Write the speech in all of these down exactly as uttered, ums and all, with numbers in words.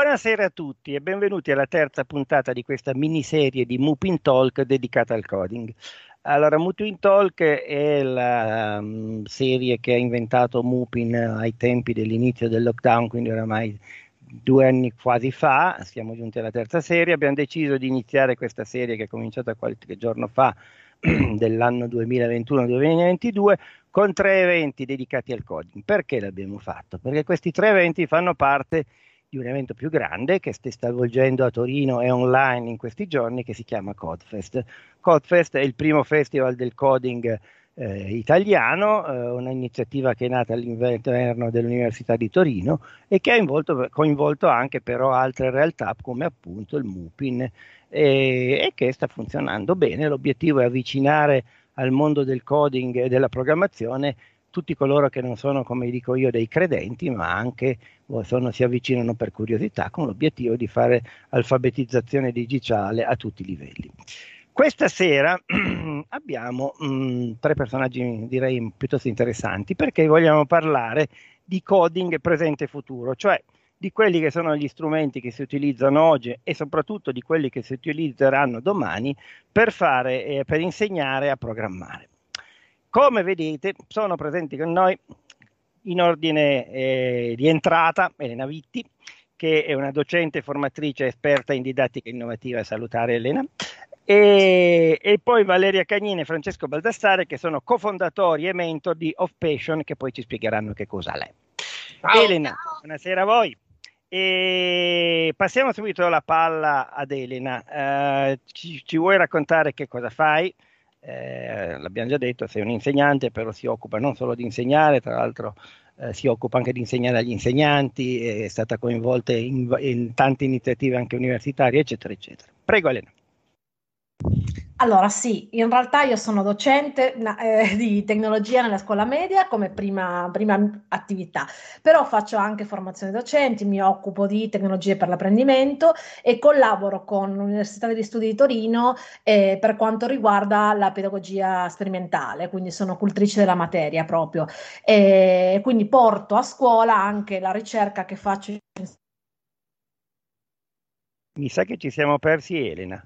Buonasera a tutti e benvenuti alla terza puntata di questa miniserie di Mupin Talk dedicata al coding. Allora, Mupin Talk è la um, serie che ha inventato Mupin ai tempi dell'inizio del lockdown, quindi oramai due anni quasi fa. Siamo giunti alla terza serie. Abbiamo deciso di iniziare questa serie che è cominciata qualche giorno fa dell'anno duemilaventuno duemilaventidue con tre eventi dedicati al coding. Perché l'abbiamo fatto? Perché questi tre eventi fanno parte di un evento più grande che si sta svolgendo a Torino e online in questi giorni, che si chiama Codfest. Codfest è il primo festival del coding eh, italiano, eh, un'iniziativa che è nata all'interno dell'Università di Torino e che ha involto, coinvolto anche però altre realtà come appunto il Mupin e, e che sta funzionando bene. L'obiettivo è avvicinare al mondo del coding e della programmazione tutti coloro che non sono, come dico io, dei credenti, ma anche sono, si avvicinano per curiosità, con l'obiettivo di fare alfabetizzazione digitale a tutti i livelli. Questa sera abbiamo mh, tre personaggi, direi, piuttosto interessanti, perché vogliamo parlare di coding presente e futuro, cioè di quelli che sono gli strumenti che si utilizzano oggi e soprattutto di quelli che si utilizzeranno domani per fare, eh, per insegnare a programmare. Come vedete, sono presenti con noi in ordine eh, di entrata Elena Vitti, che è una docente formatrice esperta in didattica innovativa. Salutare Elena. E, e poi Valeria Cagnini e Francesco Baldassare, che sono cofondatori e mentor di Off Passion, che poi ci spiegheranno che cosa è. Ciao. Elena, buonasera a voi. E passiamo subito la palla ad Elena. Uh, ci, ci vuoi raccontare che cosa fai? Eh, l'abbiamo già detto, sei un insegnante, però si occupa non solo di insegnare, tra l'altro eh, si occupa anche di insegnare agli insegnanti, è stata coinvolta in, in tante iniziative anche universitarie, eccetera, eccetera. Prego Elena. Allora sì, in realtà io sono docente eh, di tecnologia nella scuola media come prima, prima attività, però faccio anche formazione docenti, mi occupo di tecnologie per l'apprendimento e collaboro con l'Università degli Studi di Torino eh, per quanto riguarda la pedagogia sperimentale, quindi sono cultrice della materia proprio. E quindi porto a scuola anche la ricerca che faccio. Mi sa che ci siamo persi Elena.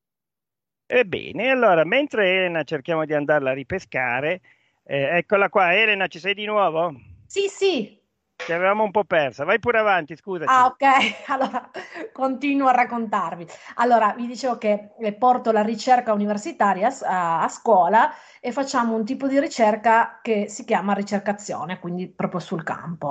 Ebbene, allora, mentre Elena cerchiamo di andarla a ripescare, eh, eccola qua. Elena, ci sei di nuovo? Sì, sì. Ti avevamo un po' persa, vai pure avanti, scusaci. Ah, ok, allora continuo a raccontarvi. Allora, vi dicevo che eh, porto la ricerca universitaria a, a scuola e facciamo un tipo di ricerca che si chiama ricercazione, quindi proprio sul campo.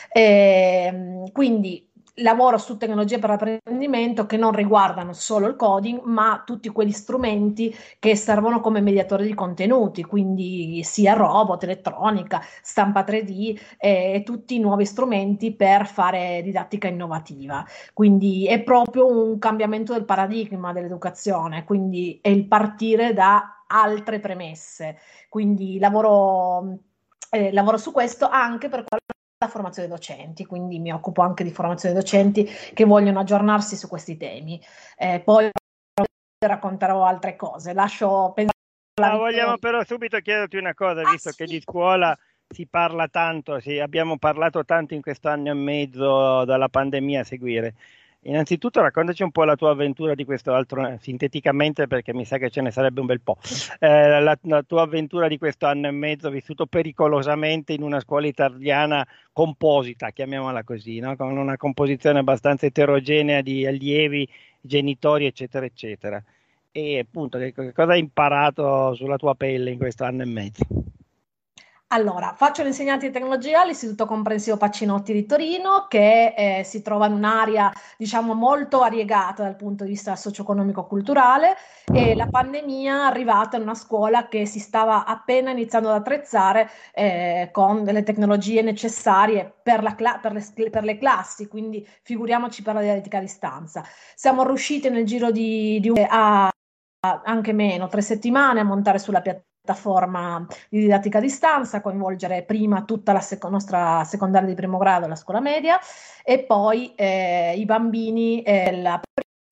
E, quindi lavoro su tecnologie per l'apprendimento che non riguardano solo il coding, ma tutti quegli strumenti che servono come mediatori di contenuti, quindi sia robot, elettronica, stampa tre D e tutti i nuovi strumenti per fare didattica innovativa. Quindi è proprio un cambiamento del paradigma dell'educazione, quindi è il partire da altre premesse. Quindi lavoro, eh, lavoro su questo anche per quello la formazione docenti, quindi mi occupo anche di formazione docenti che vogliono aggiornarsi su questi temi. Eh, poi racconterò altre cose. Lascio pensare. No, vogliamo però subito chiederti una cosa, ah, visto sì. che di scuola si parla tanto, sì, abbiamo parlato tanto in questo anno e mezzo dalla pandemia a seguire. Innanzitutto raccontaci un po' la tua avventura di questo altro, sinteticamente perché mi sa che ce ne sarebbe un bel po'. Eh, la, la tua avventura di questo anno e mezzo vissuto pericolosamente in una scuola italiana composita, chiamiamola così, no? Con una composizione abbastanza eterogenea di allievi, genitori, eccetera, eccetera. E appunto, che, che cosa hai imparato sulla tua pelle in questo anno e mezzo? Allora, faccio l'insegnante di tecnologia all'Istituto Comprensivo Pacinotti di Torino, che eh, si trova in un'area, diciamo, molto variegata dal punto di vista socio-economico-culturale, e la pandemia è arrivata in una scuola che si stava appena iniziando ad attrezzare eh, con delle tecnologie necessarie per, la cla- per, le, per le classi, quindi figuriamoci per la didattica a distanza. Siamo riusciti nel giro di, di un a anche meno, tre settimane a montare sulla piattaforma di didattica a distanza, coinvolgere prima tutta la sec- nostra secondaria di primo grado, la scuola media, e poi eh, i bambini, eh, la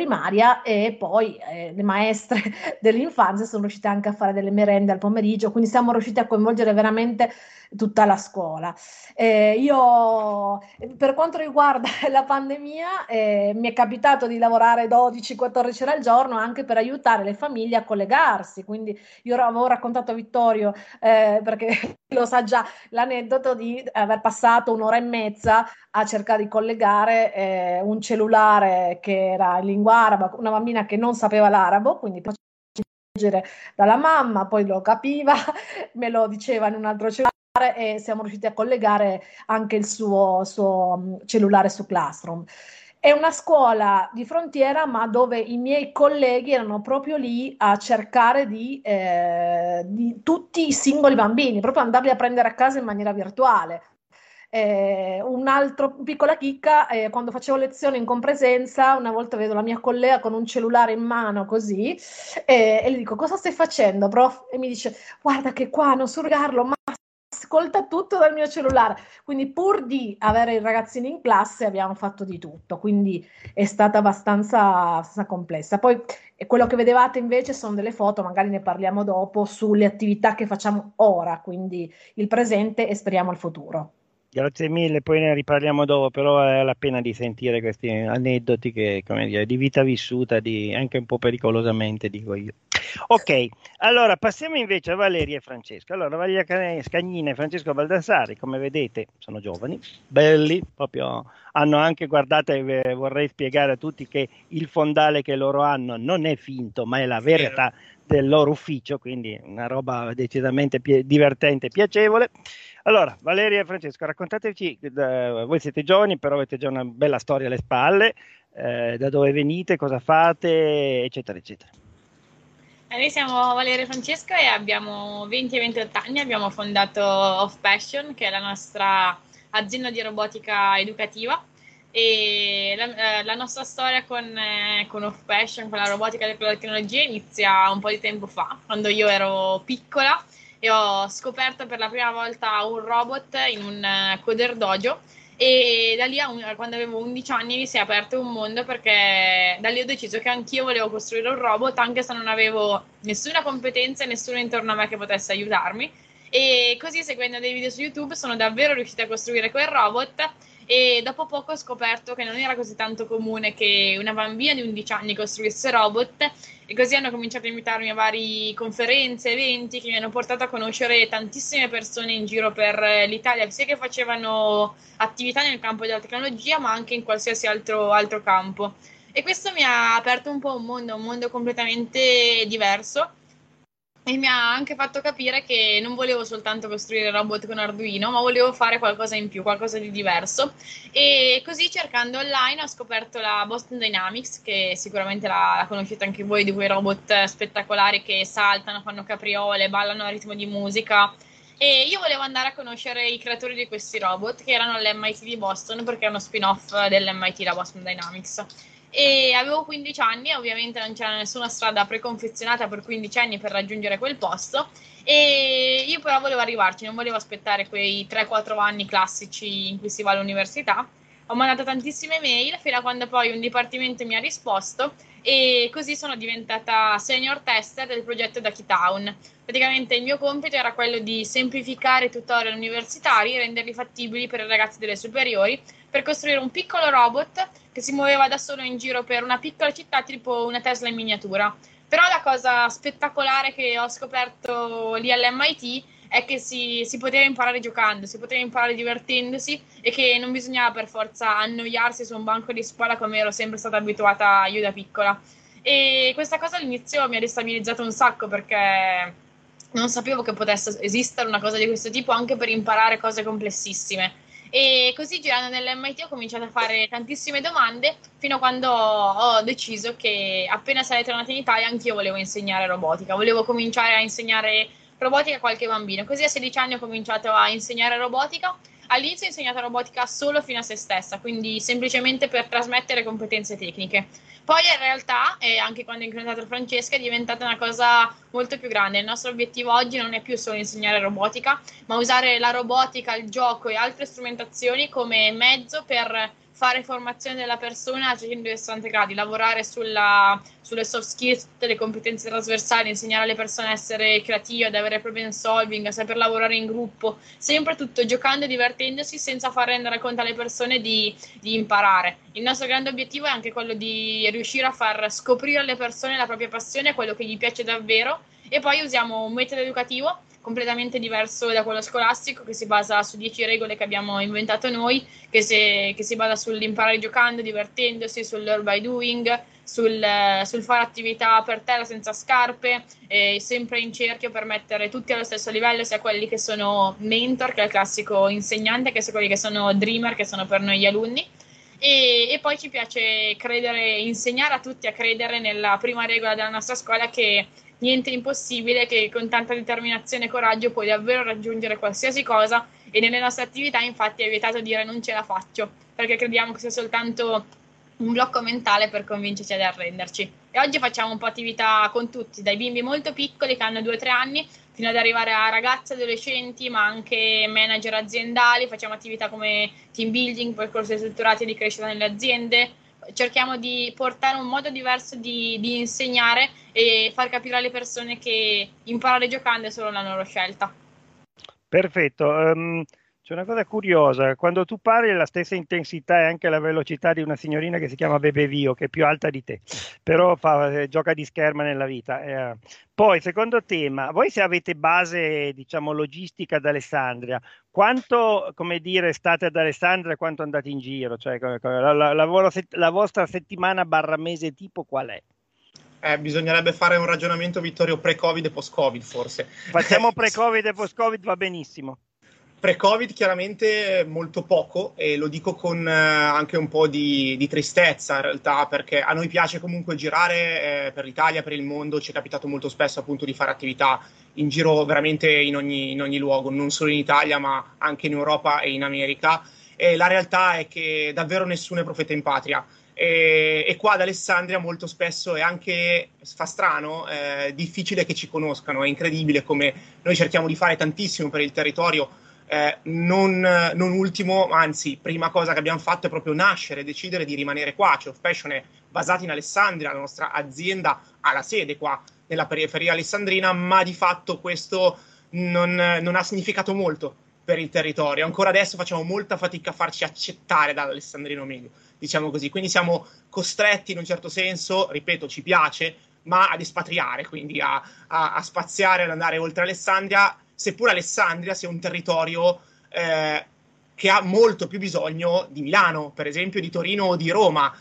primaria, e poi eh, le maestre dell'infanzia sono riuscite anche a fare delle merende al pomeriggio, quindi siamo riusciti a coinvolgere veramente tutta la scuola. Eh, io, per quanto riguarda la pandemia, eh, mi è capitato di lavorare dodici quattordici ore al giorno anche per aiutare le famiglie a collegarsi, quindi io avevo raccontato a Vittorio, eh, perché lo sa già, l'aneddoto di aver passato un'ora e mezza a cercare di collegare eh, un cellulare che era in lingua araba, una bambina che non sapeva l'arabo, quindi leggere dalla mamma, poi lo capiva, me lo diceva in un altro cellulare, e siamo riusciti a collegare anche il suo, suo cellulare su Classroom. È una scuola di frontiera, ma dove i miei colleghi erano proprio lì a cercare di, eh, di tutti i singoli bambini, proprio andarli a prendere a casa in maniera virtuale. Eh, un altro piccola chicca, eh, quando facevo lezioni in compresenza, una volta vedo la mia collega con un cellulare in mano così, eh, e gli dico: cosa stai facendo, prof? E mi dice: guarda che qua non so regarlo, ma ascolta tutto dal mio cellulare. Quindi, pur di avere i ragazzini in classe, abbiamo fatto di tutto, quindi è stata abbastanza, abbastanza complessa. Poi e quello che vedevate invece sono delle foto, magari ne parliamo dopo, sulle attività che facciamo ora, quindi il presente e speriamo il futuro. Grazie mille, poi ne riparliamo dopo, però è la pena di sentire questi aneddoti che, come dire, di vita vissuta, di, anche un po' pericolosamente, dico io. Ok, allora passiamo invece a Valeria e Francesco. Allora, Valeria Scagnina e Francesco Baldassari, come vedete, sono giovani, belli, proprio hanno anche, guardate, eh, vorrei spiegare a tutti che il fondale che loro hanno non è finto, ma è la verità del loro ufficio, quindi una roba decisamente pi- divertente e piacevole. Allora, Valeria e Francesco, raccontateci, eh, voi siete giovani, però avete già una bella storia alle spalle, eh, da dove venite, cosa fate, eccetera, eccetera. Eh, Noi siamo Valeria e Francesco e abbiamo venti e ventotto anni, abbiamo fondato Off Passion, che è la nostra azienda di robotica educativa, e la, eh, la nostra storia con, eh, con Off Passion, con la robotica e con la tecnologia, inizia un po' di tempo fa, quando io ero piccola e ho scoperto per la prima volta un robot in un eh, Coder Dojo, e da lì, a un- quando avevo undici anni, mi si è aperto un mondo, perché da lì ho deciso che anch'io volevo costruire un robot, anche se non avevo nessuna competenza e nessuno intorno a me che potesse aiutarmi. E così, seguendo dei video su YouTube, sono davvero riuscita a costruire quel robot, e dopo poco ho scoperto che non era così tanto comune che una bambina di undici anni costruisse robot, e così hanno cominciato a invitarmi a varie conferenze, eventi che mi hanno portato a conoscere tantissime persone in giro per l'Italia, sia che facevano attività nel campo della tecnologia, ma anche in qualsiasi altro, altro campo. E questo mi ha aperto un po' un mondo, un mondo completamente diverso, e mi ha anche fatto capire che non volevo soltanto costruire robot con Arduino, ma volevo fare qualcosa in più, qualcosa di diverso. E così, cercando online, ho scoperto la Boston Dynamics, che sicuramente la, la conoscete anche voi, di quei robot spettacolari che saltano, fanno capriole, ballano a ritmo di musica. E io volevo andare a conoscere i creatori di questi robot, che erano all'M I T di Boston, perché è uno spin-off dell'M I T, la Boston Dynamics. E avevo quindici anni, ovviamente non c'era nessuna strada preconfezionata per quindici anni per raggiungere quel posto, e io però volevo arrivarci, non volevo aspettare quei tre quattro anni classici in cui si va all'università. Ho mandato tantissime mail fino a quando poi un dipartimento mi ha risposto, e così sono diventata senior tester del progetto da Keytown. Praticamente il mio compito era quello di semplificare i tutorial universitari e renderli fattibili per i ragazzi delle superiori, per costruire un piccolo robot che si muoveva da solo in giro per una piccola città, tipo una Tesla in miniatura. Però la cosa spettacolare che ho scoperto lì all'M I T è che si, si poteva imparare giocando, si poteva imparare divertendosi, e che non bisognava per forza annoiarsi su un banco di scuola come ero sempre stata abituata io da piccola. E questa cosa all'inizio mi ha destabilizzato un sacco, perché non sapevo che potesse esistere una cosa di questo tipo anche per imparare cose complessissime. E così, girando nell'M I T, ho cominciato a fare tantissime domande, fino a quando ho deciso che, appena sarei tornata in Italia, anch'io volevo insegnare robotica. Volevo cominciare a insegnare robotica a qualche bambino. Così a sedici anni ho cominciato a insegnare robotica. All'inizio ho insegnato robotica solo fino a se stessa, quindi semplicemente per trasmettere competenze tecniche. Poi in realtà, e anche quando ho incontrato Francesca, è diventata una cosa molto più grande. Il nostro obiettivo oggi non è più solo insegnare robotica, ma usare la robotica, il gioco e altre strumentazioni come mezzo per fare formazione della persona a centosessanta gradi, lavorare sulla, sulle soft skills, tutte le competenze trasversali, insegnare alle persone a essere creative, ad avere problem solving, a saper lavorare in gruppo, sempre tutto giocando e divertendosi senza far rendere conto alle persone di, di imparare. Il nostro grande obiettivo è anche quello di riuscire a far scoprire alle persone la propria passione, quello che gli piace davvero, e poi usiamo un metodo educativo completamente diverso da quello scolastico, che si basa su dieci regole che abbiamo inventato noi, che si, che si basa sull'imparare giocando, divertendosi, sul learn by doing, sul, sul fare attività per terra senza scarpe, eh, sempre in cerchio per mettere tutti allo stesso livello, sia quelli che sono mentor, che è il classico insegnante, che sia quelli che sono dreamer, che sono per noi gli alunni. E, e poi ci piace credere, insegnare a tutti a credere nella prima regola della nostra scuola, che niente è impossibile, che con tanta determinazione e coraggio puoi davvero raggiungere qualsiasi cosa, e nelle nostre attività infatti è vietato dire non ce la faccio, perché crediamo che sia soltanto un blocco mentale per convincerci ad arrenderci. E oggi facciamo un po' attività con tutti, dai bimbi molto piccoli che hanno due o tre anni fino ad arrivare a ragazzi, adolescenti, ma anche manager aziendali. Facciamo attività come team building, percorsi strutturati di crescita nelle aziende. Cerchiamo di portare un modo diverso di, di insegnare e far capire alle persone che imparare giocando è solo la loro scelta. Perfetto. Um, c'è una cosa curiosa: quando tu parli la stessa intensità e anche la velocità di una signorina che si chiama Bebe Vio, che è più alta di te, però fa, eh, gioca di scherma nella vita. Eh, poi, secondo tema, voi se avete base, diciamo, logistica ad Alessandria, quanto, come dire, state ad Alessandria e quanto andate in giro? Cioè, la, la, la, la vostra settimana barra mese tipo qual è? Eh, bisognerebbe fare un ragionamento, Vittorio, pre-Covid e post-Covid forse. Facciamo pre-Covid e post-Covid, va benissimo. Pre-Covid chiaramente molto poco, e lo dico con eh, anche un po' di, di tristezza in realtà, perché a noi piace comunque girare eh, per l'Italia, per il mondo. Ci è capitato molto spesso appunto di fare attività in giro veramente in ogni, in ogni luogo, non solo in Italia ma anche in Europa e in America, e la realtà è che davvero nessuno è profeta in patria. E, e qua ad Alessandria molto spesso è anche, fa strano, eh, difficile che ci conoscano. È incredibile come noi cerchiamo di fare tantissimo per il territorio. Eh, non, non ultimo, anzi, prima cosa che abbiamo fatto è proprio nascere, decidere di rimanere qua. Cioè, Off Passion è basata in Alessandria, la nostra azienda ha la sede qua nella periferia alessandrina, ma di fatto questo non, non ha significato molto per il territorio. Ancora adesso facciamo molta fatica a farci accettare dall'alessandrino medio, diciamo così. Quindi siamo costretti in un certo senso, ripeto, ci piace, ma ad espatriare, quindi a, a, a spaziare, ad andare oltre Alessandria, seppur Alessandria sia un territorio eh, che ha molto più bisogno di Milano, per esempio, di Torino o di Roma,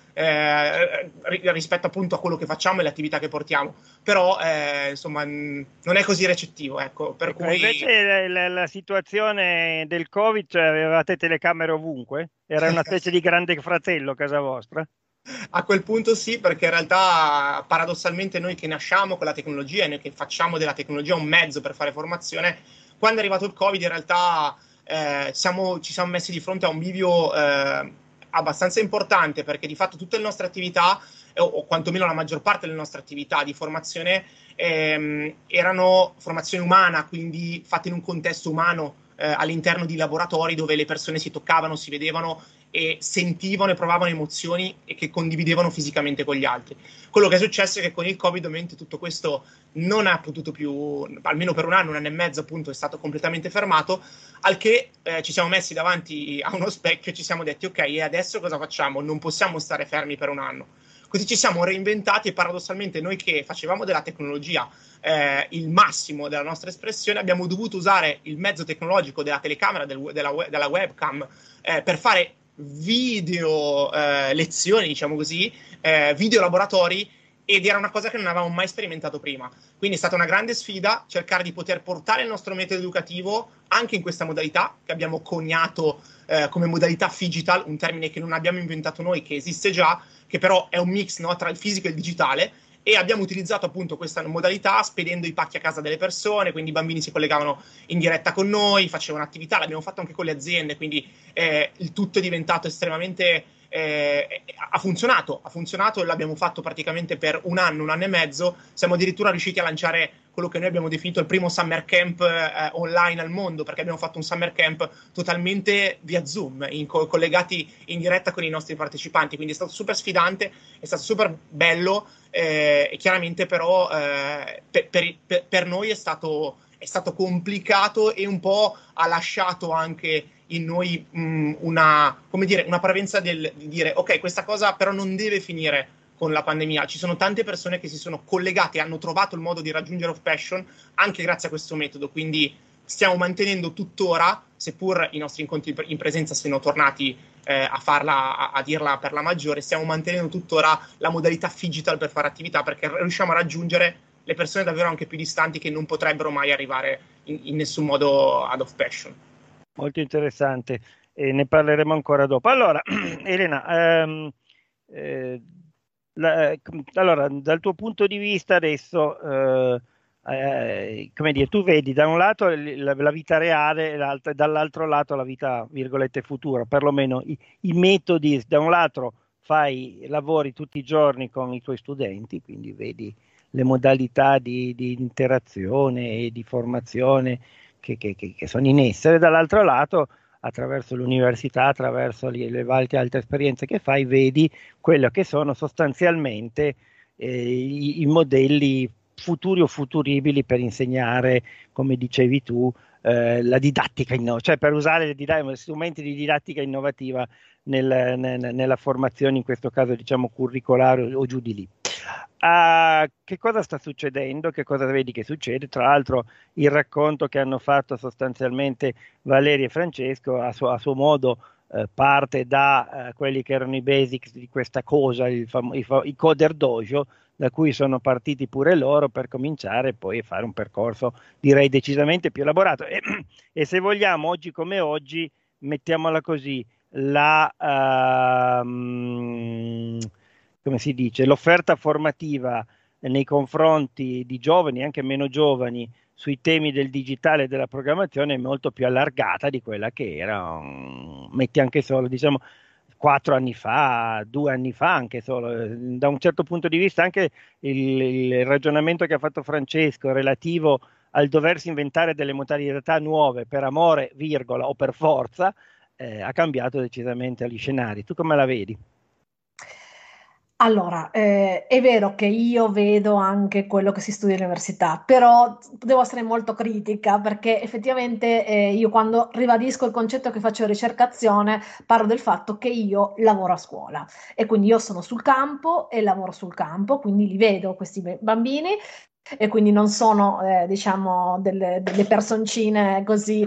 eh, rispetto appunto a quello che facciamo e le attività che portiamo. Però, eh, insomma, n- non è così recettivo, ecco. Per Ecco, cui... invece la, la- la situazione del Covid, cioè avevate telecamere ovunque? Era una specie di grande fratello casa vostra? A quel punto sì, perché in realtà paradossalmente noi che nasciamo con la tecnologia e noi che facciamo della tecnologia un mezzo per fare formazione, quando è arrivato il Covid in realtà eh, siamo, ci siamo messi di fronte a un bivio eh, abbastanza importante, perché di fatto tutte le nostre attività, o, o quantomeno la maggior parte delle nostre attività di formazione, ehm, erano formazione umana, quindi fatte in un contesto umano, eh, all'interno di laboratori dove le persone si toccavano, si vedevano e sentivano e provavano emozioni e che condividevano fisicamente con gli altri. Quello che è successo è che con il Covid ovviamente tutto questo non ha potuto più, almeno per un anno, un anno e mezzo appunto, è stato completamente fermato, al che eh, ci siamo messi davanti a uno specchio e ci siamo detti ok, e adesso cosa facciamo? Non possiamo stare fermi per un anno. Così ci siamo reinventati e paradossalmente noi che facevamo della tecnologia eh, il massimo della nostra espressione, abbiamo dovuto usare il mezzo tecnologico della telecamera, del, della, della webcam, eh, per fare video eh, lezioni, diciamo così, eh, video laboratori, ed era una cosa che non avevamo mai sperimentato prima. Quindi è stata una grande sfida cercare di poter portare il nostro metodo educativo anche in questa modalità che abbiamo coniato eh, come modalità Phygital, un termine che non abbiamo inventato noi, che esiste già, che però è un mix, no, tra il fisico e il digitale, e abbiamo utilizzato appunto questa modalità spedendo i pacchi a casa delle persone, quindi i bambini si collegavano in diretta con noi, facevano attività, l'abbiamo fatto anche con le aziende, quindi eh, il tutto è diventato estremamente eh, ha funzionato, ha funzionato, l'abbiamo fatto praticamente per un anno, un anno e mezzo, siamo addirittura riusciti a lanciare quello che noi abbiamo definito il primo summer camp eh, online al mondo, perché abbiamo fatto un summer camp totalmente via Zoom, in co- collegati in diretta con i nostri partecipanti, quindi è stato super sfidante, è stato super bello, eh, e chiaramente però eh, per, per, per noi è stato, è stato complicato e un po' ha lasciato anche in noi mh, una, come dire, una prevenza del, di dire ok, questa cosa però non deve finire con la pandemia. Ci sono tante persone che si sono collegate e hanno trovato il modo di raggiungere Off Passion anche grazie a questo metodo, quindi stiamo mantenendo tuttora, seppur i nostri incontri in presenza siano tornati eh, a farla, a, a dirla per la maggiore, stiamo mantenendo tuttora la modalità digital per fare attività, perché riusciamo a raggiungere le persone davvero anche più distanti che non potrebbero mai arrivare in, in nessun modo ad Off Passion. Molto interessante, e ne parleremo ancora dopo. Allora, Elena, ehm, eh, la, allora, dal tuo punto di vista adesso, eh, eh, come dire, tu vedi da un lato la, la vita reale e dall'altro lato la vita, virgolette, futura, perlomeno i, i metodi, da un lato fai lavori tutti i giorni con i tuoi studenti, quindi vedi le modalità di, di interazione e di formazione che, che, che sono in essere, dall'altro lato attraverso l'università, attraverso le, le varie altre esperienze che fai, vedi quello che sono sostanzialmente eh, i, i modelli futuri o futuribili per insegnare, come dicevi tu, eh, la didattica innovativa, cioè per usare le strumenti di didattica innovativa nel, nel, nella formazione, in questo caso diciamo curricolare o giù di lì. Uh, che cosa sta succedendo? Che cosa vedi che succede? Tra l'altro il racconto che hanno fatto sostanzialmente Valeria e Francesco a suo, a suo modo eh, parte da eh, quelli che erano i basics di questa cosa, il fam- i, fa- i Coder Dojo, da cui sono partiti pure loro per cominciare poi a fare un percorso direi decisamente più elaborato e, e se vogliamo oggi come oggi, mettiamola così, la uh, come si dice, l'offerta formativa nei confronti di giovani, anche meno giovani, sui temi del digitale e della programmazione è molto più allargata di quella che era, um, metti anche solo, diciamo, quattro anni fa, due anni fa anche solo. Da un certo punto di vista anche il, il ragionamento che ha fatto Francesco relativo al doversi inventare delle modalità nuove per amore, virgola, o per forza, eh, ha cambiato decisamente gli scenari. Tu come la vedi? Allora, eh, è vero che io vedo anche quello che si studia all'università, però devo essere molto critica perché effettivamente eh, io quando ribadisco il concetto che faccio ricercazione parlo del fatto che io lavoro a scuola e quindi io sono sul campo e lavoro sul campo, quindi li vedo questi bambini e quindi non sono eh, diciamo delle, delle personcine così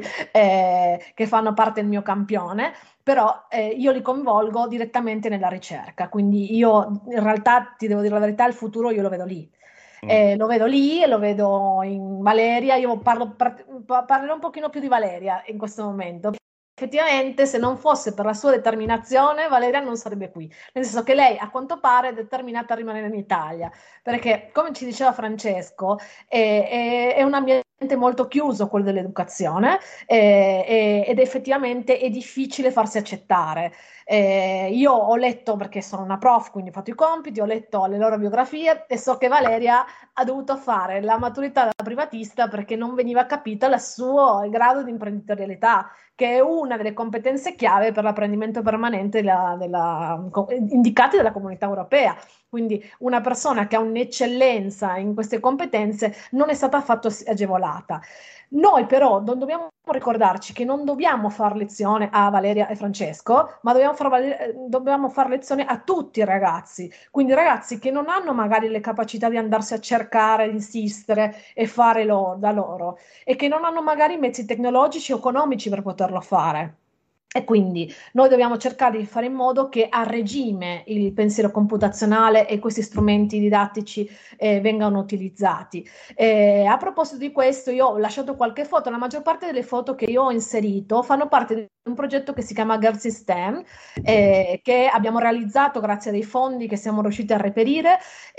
eh, che fanno parte del mio campione, però eh, io li coinvolgo direttamente nella ricerca, quindi io in realtà ti devo dire la verità, il futuro io lo vedo lì. Eh, lo vedo lì e lo vedo in Valeria, io parlo, parlerò un pochino più di Valeria in questo momento. Effettivamente, se non fosse per la sua determinazione, Valeria non sarebbe qui. Nel senso che lei, a quanto pare, è determinata a rimanere in Italia. Perché, come ci diceva Francesco, è, è, è un ambiente molto chiuso quello dell'educazione è, è, ed effettivamente è difficile farsi accettare. Eh, io ho letto, perché sono una prof, quindi ho fatto i compiti, ho letto le loro biografie e so che Valeria ha dovuto fare la maturità da privatista perché non veniva capita il suo grado di imprenditorialità, che è una delle competenze chiave per l'apprendimento permanente della, della, indicate dalla Comunità Europea. Quindi una persona che ha un'eccellenza in queste competenze non è stata affatto agevolata. Noi però non dobbiamo ricordarci che non dobbiamo fare lezione a Valeria e Francesco, ma dobbiamo fare, dobbiamo fare lezione a tutti i ragazzi. Quindi ragazzi che non hanno magari le capacità di andarsi a cercare, insistere e fare lo, da loro e che non hanno magari mezzi tecnologici o economici per poterlo fare. E quindi noi dobbiamo cercare di fare in modo che a regime il pensiero computazionale e questi strumenti didattici eh, vengano utilizzati. Eh, a proposito di questo, io ho lasciato qualche foto, la maggior parte delle foto che io ho inserito fanno parte di un progetto che si chiama Girls in STEM, eh, che abbiamo realizzato grazie a dei fondi che siamo riusciti a reperire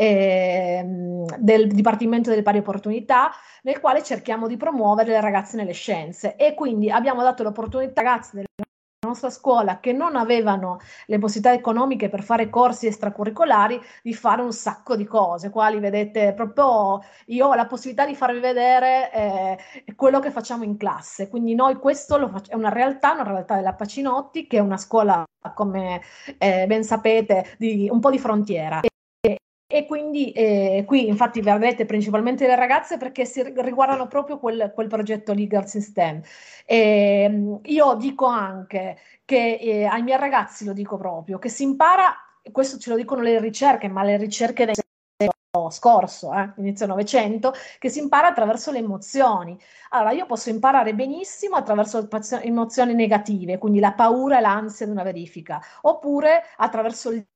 eh, del Dipartimento delle Pari Opportunità, nel quale cerchiamo di promuovere le ragazze nelle scienze e quindi abbiamo dato l'opportunità ai ragazzi delle nostra scuola che non avevano le possibilità economiche per fare corsi extracurricolari di fare un sacco di cose, quali vedete proprio io ho la possibilità di farvi vedere eh, quello che facciamo in classe, quindi noi questo lo fac- è una realtà, una realtà della Pacinotti che è una scuola come eh, ben sapete di, un po' di frontiera. E quindi eh, qui infatti vedrete principalmente le ragazze perché si riguardano proprio quel, quel progetto lì, Girls in STEM. E, io dico anche che eh, ai miei ragazzi, lo dico proprio, che si impara, questo ce lo dicono le ricerche, ma le ricerche del secolo scorso, eh, inizio Novecento, che si impara attraverso le emozioni. Allora, io posso imparare benissimo attraverso emozioni negative, quindi la paura e l'ansia di una verifica, oppure attraverso il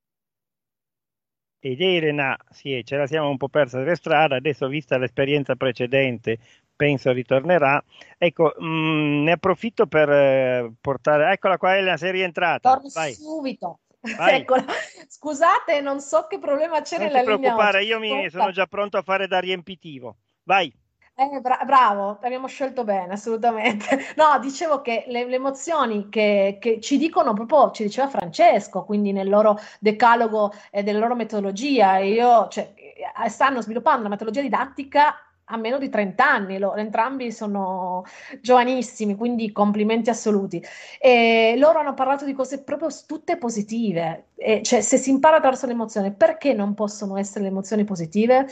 Ed Elena, sì, ce la siamo un po' persa per strada, adesso vista l'esperienza precedente, penso ritornerà. Ecco, mh, ne approfitto per eh, portare... Eccola qua Elena, sei rientrata, torno vai, subito. vai. Eccola. Scusate, non so che problema c'è Non ti nella linea oggi. preoccupare, io mi sono Comunque, già pronto a fare da riempitivo. Vai. eh, bra- bravo, abbiamo scelto bene, assolutamente. No, dicevo che le, le emozioni che, che ci dicono proprio, ci diceva Francesco, quindi nel loro decalogo e della loro metodologia, e io, cioè, eh, stanno sviluppando una metodologia didattica a meno di trenta anni, lo- entrambi sono giovanissimi, quindi complimenti assoluti. E loro hanno parlato di cose proprio s- tutte positive, e, cioè se si impara attraverso l'emozione, perché non possono essere le emozioni positive?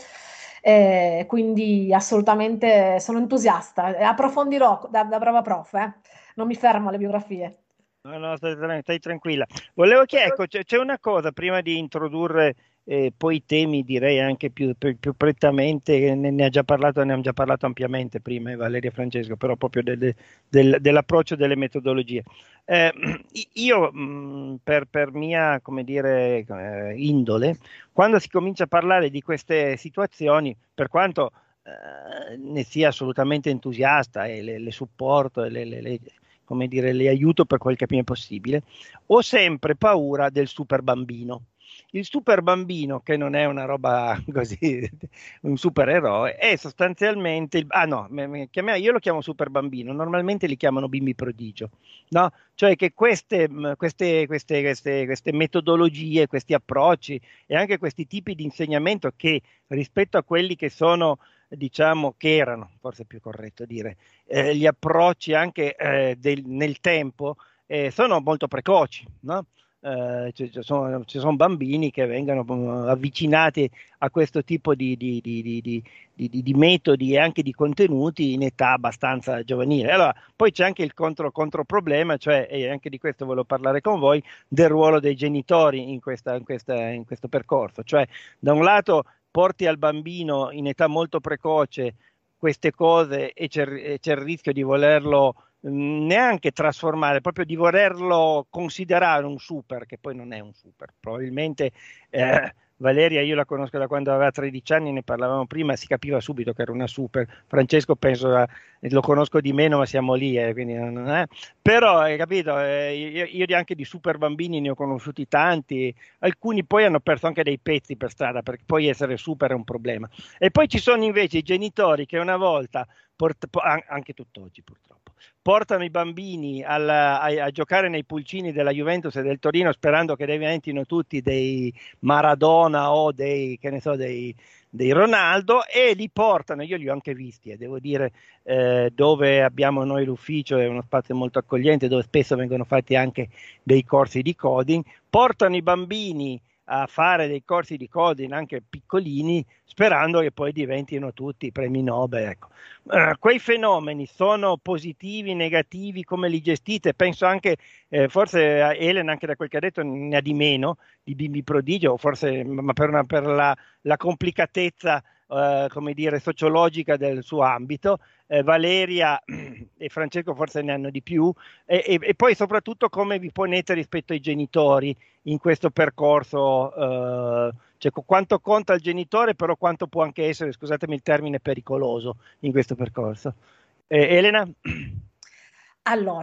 Eh, quindi assolutamente sono entusiasta, e approfondirò da, da brava prof, eh. Non mi fermo alle biografie. No, no, stai, tran- stai tranquilla. Volevo chiedere, ecco, c'è, c'è una cosa prima di introdurre eh, poi i temi, direi anche più, più, più prettamente, ne, ne ha già parlato, ne abbiamo già parlato ampiamente prima, eh, Valeria e Francesco, però proprio del- del- del- dell'approccio delle metodologie. Eh, io, mh, per, per mia, come dire, eh, indole, quando si comincia a parlare di queste situazioni, per quanto eh, ne sia assolutamente entusiasta e le, le supporto e le, le- le- come dire, le aiuto per quel che mi è possibile, ho sempre paura del super bambino. Il super bambino, che non è una roba così, un supereroe, è sostanzialmente, il, ah no, me- me- chiama- io lo chiamo super bambino, normalmente li chiamano bimbi prodigio, no? Cioè che queste, mh, queste, queste, queste, queste metodologie, questi approcci e anche questi tipi di insegnamento che rispetto a quelli che sono, diciamo, che erano, forse è più corretto dire, eh, gli approcci anche eh, del, nel tempo eh, sono molto precoci, no? Eh, ci, ci sono, ci sono bambini che vengono um, avvicinati a questo tipo di, di, di, di, di, di, di- di metodi e anche di contenuti in età abbastanza giovanile. Allora, poi c'è anche il contro, controproblema, cioè, e anche di questo volevo parlare con voi, del ruolo dei genitori in, questa, in, questa, in questo percorso. Cioè, da un lato porti al bambino in età molto precoce queste cose e c'è, e c'è il rischio di volerlo mh, neanche trasformare, proprio di volerlo considerare un super, che poi non è un super. Probabilmente eh, Valeria, io la conosco da quando aveva tredici anni, ne parlavamo prima, si capiva subito che era una super. Francesco penso, eh, lo conosco di meno, ma siamo lì, eh, quindi non è. Però, hai capito, eh, io, io anche di super bambini ne ho conosciuti tanti, alcuni poi hanno perso anche dei pezzi per strada, perché poi essere super è un problema. E poi ci sono invece i genitori che una volta, port- po- an- anche tutt'oggi purtroppo, portano i bambini alla- a, a giocare nei pulcini della Juventus e del Torino sperando che diventino tutti dei Maradona o dei, che ne so, dei, dei Ronaldo e li portano, io li ho anche visti e devo dire eh, dove abbiamo noi l'ufficio è uno spazio molto accogliente dove spesso vengono fatti anche dei corsi di coding, portano i bambini a fare dei corsi di coding anche piccolini, sperando che poi diventino tutti premi Nobel. Ecco. Uh, quei fenomeni sono positivi, negativi, come li gestite? Penso anche, eh, forse Elena, anche da quel che ha detto, ne ha di meno di bimbi prodigio, o forse ma per, una, per la, la complicatezza Uh, come dire, sociologica del suo ambito, eh, Valeria e Francesco forse ne hanno di più, e, e, e poi soprattutto come vi ponete rispetto ai genitori in questo percorso, uh, cioè quanto conta il genitore, però quanto può anche essere, scusatemi il termine, pericoloso in questo percorso. Eh, Elena? Allora,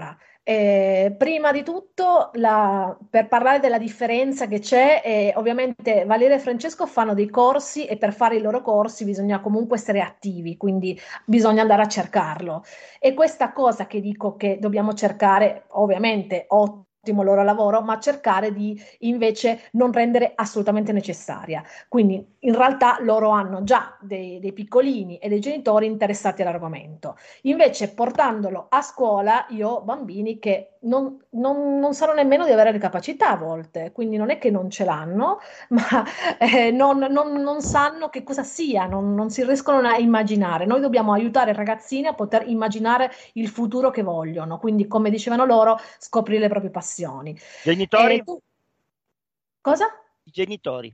Eh, prima di tutto, la- per parlare della differenza che c'è, eh, ovviamente Valeria e Francesco fanno dei corsi e per fare i loro corsi bisogna comunque essere attivi, quindi bisogna andare a cercarlo. E questa cosa che dico che dobbiamo cercare, ovviamente, ottimo il loro lavoro, ma cercare di invece non rendere assolutamente necessaria. Quindi in realtà loro hanno già dei, dei piccolini e dei genitori interessati all'argomento. Invece, portandolo a scuola, io ho bambini che non, non- non sanno nemmeno di avere le capacità a volte, quindi non è che non ce l'hanno, ma eh, non, non- non sanno che cosa sia, non, non si riescono a immaginare. Noi dobbiamo aiutare i ragazzini a poter immaginare il futuro che vogliono, quindi, come dicevano loro, scoprire le proprie passioni. Genitori? E tu, cosa? I genitori.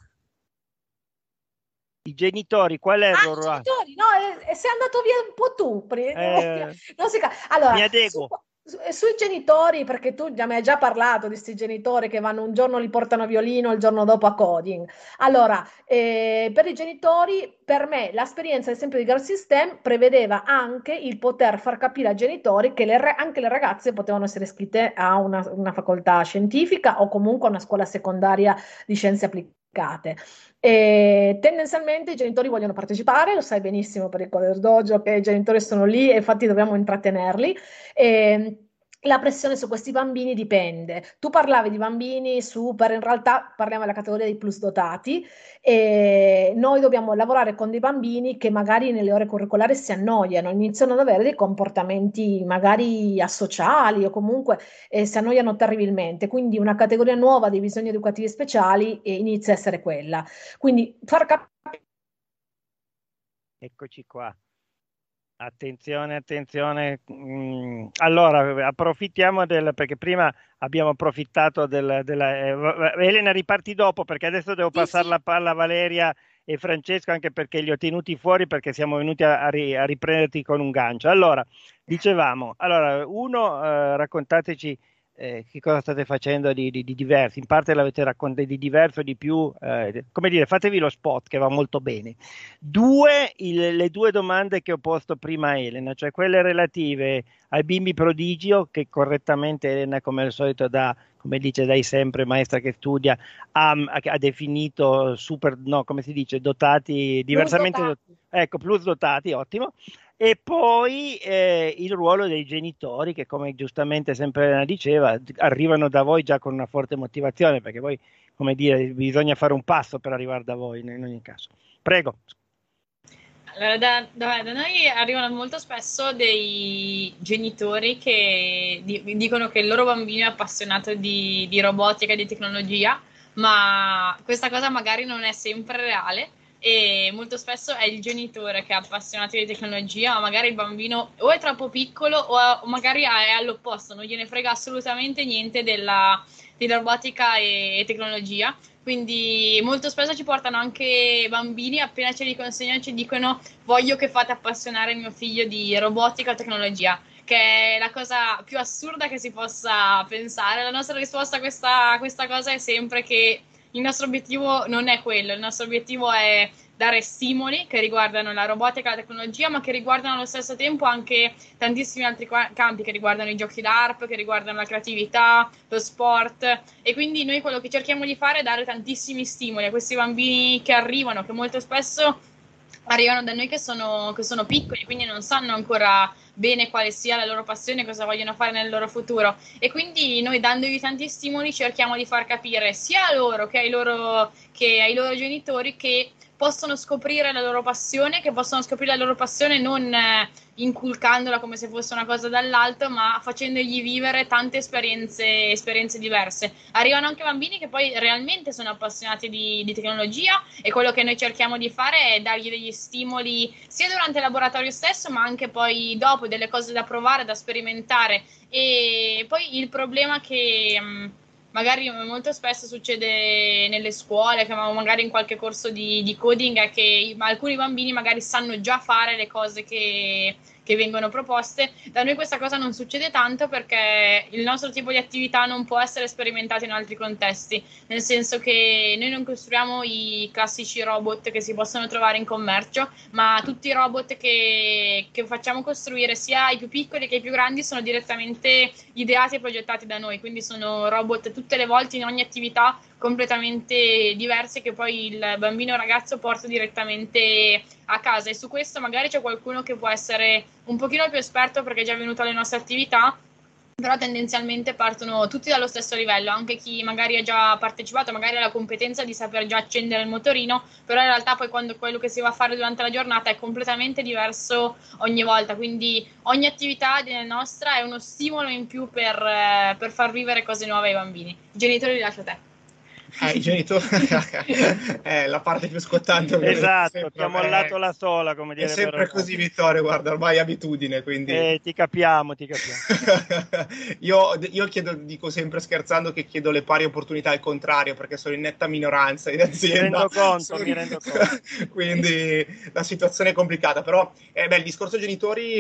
I genitori, qual è il Ah, i loro... ah, genitori, no, e, e sei andato via un po' tu. pri- eh, non si ca- mi allora, su- adeguo. su- sui genitori, perché tu già mi hai già parlato di questi genitori che vanno un giorno li portano a violino, il giorno dopo a coding. Allora, eh, per i genitori, per me, l'esperienza, ad esempio, di Girl System prevedeva anche il poter far capire ai genitori che le ra- anche le ragazze potevano essere iscritte a una, una facoltà scientifica o comunque a una scuola secondaria di scienze applicate. E tendenzialmente i genitori vogliono partecipare, lo sai benissimo per il Coder Dojo che i genitori sono lì e infatti dobbiamo intrattenerli. E la pressione su questi bambini dipende. Tu parlavi di bambini super, in realtà parliamo della categoria dei plus dotati e noi dobbiamo lavorare con dei bambini che magari nelle ore curricolari si annoiano, iniziano ad avere dei comportamenti magari asociali o comunque eh, si annoiano terribilmente. Quindi una categoria nuova dei bisogni educativi speciali eh, inizia a essere quella. Quindi far capire. Eccoci qua. Attenzione, attenzione. Mm, allora, approfittiamo del, perché prima abbiamo approfittato del, della... eh, va- va- Elena, riparti dopo perché adesso devo Sì, passare la sì. palla a Valeria e Francesco, anche perché li ho tenuti fuori perché siamo venuti a, a ri- a riprenderti con un gancio. Allora, dicevamo, allora, uno, eh, raccontateci eh, che cosa state facendo di, di- di diverso. In parte l'avete raccontato di diverso, di più, eh, come dire, fatevi lo spot che va molto bene. Due, il- le due domande che ho posto prima a Elena, cioè quelle relative ai bimbi prodigio, che correttamente Elena, come al solito, dà, come dice dai sempre, maestra che studia, ha, ha definito super, no, come si dice, dotati, Plus diversamente dotati, dotati. ecco, plus dotati, ottimo. E poi eh, il ruolo dei genitori, che come giustamente sempre Elena diceva, arrivano da voi già con una forte motivazione, perché poi, come dire, bisogna fare un passo per arrivare da voi in ogni caso. Prego. Allora, da, da- da noi arrivano molto spesso dei genitori che di- dicono che il loro bambino è appassionato di, di robotica e di tecnologia, ma questa cosa magari non è sempre reale e molto spesso è il genitore che è appassionato di tecnologia, ma magari il bambino o è troppo piccolo o, o magari è all'opposto, non gliene frega assolutamente niente della, della robotica e, e tecnologia. Quindi molto spesso ci portano anche bambini, appena ce li consegnano ci dicono voglio che fate appassionare mio figlio di robotica o tecnologia, che è la cosa più assurda che si possa pensare. La nostra risposta a questa, a questa cosa è sempre che il nostro obiettivo non è quello, il nostro obiettivo è dare stimoli che riguardano la robotica e la tecnologia, ma che riguardano allo stesso tempo anche tantissimi altri campi, che riguardano i giochi d'A R P, che riguardano la creatività, lo sport. E quindi noi quello che cerchiamo di fare è dare tantissimi stimoli a questi bambini che arrivano, che molto spesso arrivano da noi che sono, che sono piccoli, quindi non sanno ancora bene quale sia la loro passione, cosa vogliono fare nel loro futuro. E quindi noi, dandogli tanti stimoli, cerchiamo di far capire sia a loro che ai loro, che ai loro genitori che possono scoprire la loro passione, che possono scoprire la loro passione non eh, inculcandola come se fosse una cosa dall'alto, ma facendogli vivere tante esperienze, esperienze diverse. Arrivano anche bambini che poi realmente sono appassionati di, di tecnologia e quello che noi cerchiamo di fare è dargli degli stimoli sia durante il laboratorio stesso, ma anche poi dopo, delle cose da provare, da sperimentare. E poi il problema che mh, magari molto spesso succede nelle scuole, che magari in qualche corso di, di coding, è che alcuni bambini magari sanno già fare le cose che, che vengono proposte. Da noi questa cosa non succede tanto perché il nostro tipo di attività non può essere sperimentato in altri contesti, nel senso che noi non costruiamo i classici robot che si possono trovare in commercio, ma tutti i robot che, che facciamo costruire, sia i più piccoli che i più grandi, sono direttamente ideati e progettati da noi, quindi sono robot tutte le volte in ogni attività completamente diverse che poi il bambino o ragazzo porta direttamente a casa, e su questo magari c'è qualcuno che può essere un pochino più esperto perché è già venuto alle nostre attività, però tendenzialmente partono tutti dallo stesso livello, anche chi magari ha già partecipato, magari ha la competenza di saper già accendere il motorino, però in realtà poi quando quello che si va a fare durante la giornata è completamente diverso ogni volta, quindi ogni attività nostra è uno stimolo in più per, eh, per far vivere cose nuove ai bambini. I genitori li lascio a te. Eh, i genitori è la parte più scottante. Esatto, sempre, ti ha mollato la sola, come dire. È sempre così, Vittorio, guarda, ormai è abitudine, quindi... Eh, ti capiamo, ti capiamo. io, io chiedo, dico sempre scherzando che chiedo le pari opportunità al contrario, perché sono in netta minoranza in azienda. Mi rendo conto, sono... mi rendo conto. Quindi la situazione è complicata, però eh, beh, il discorso genitori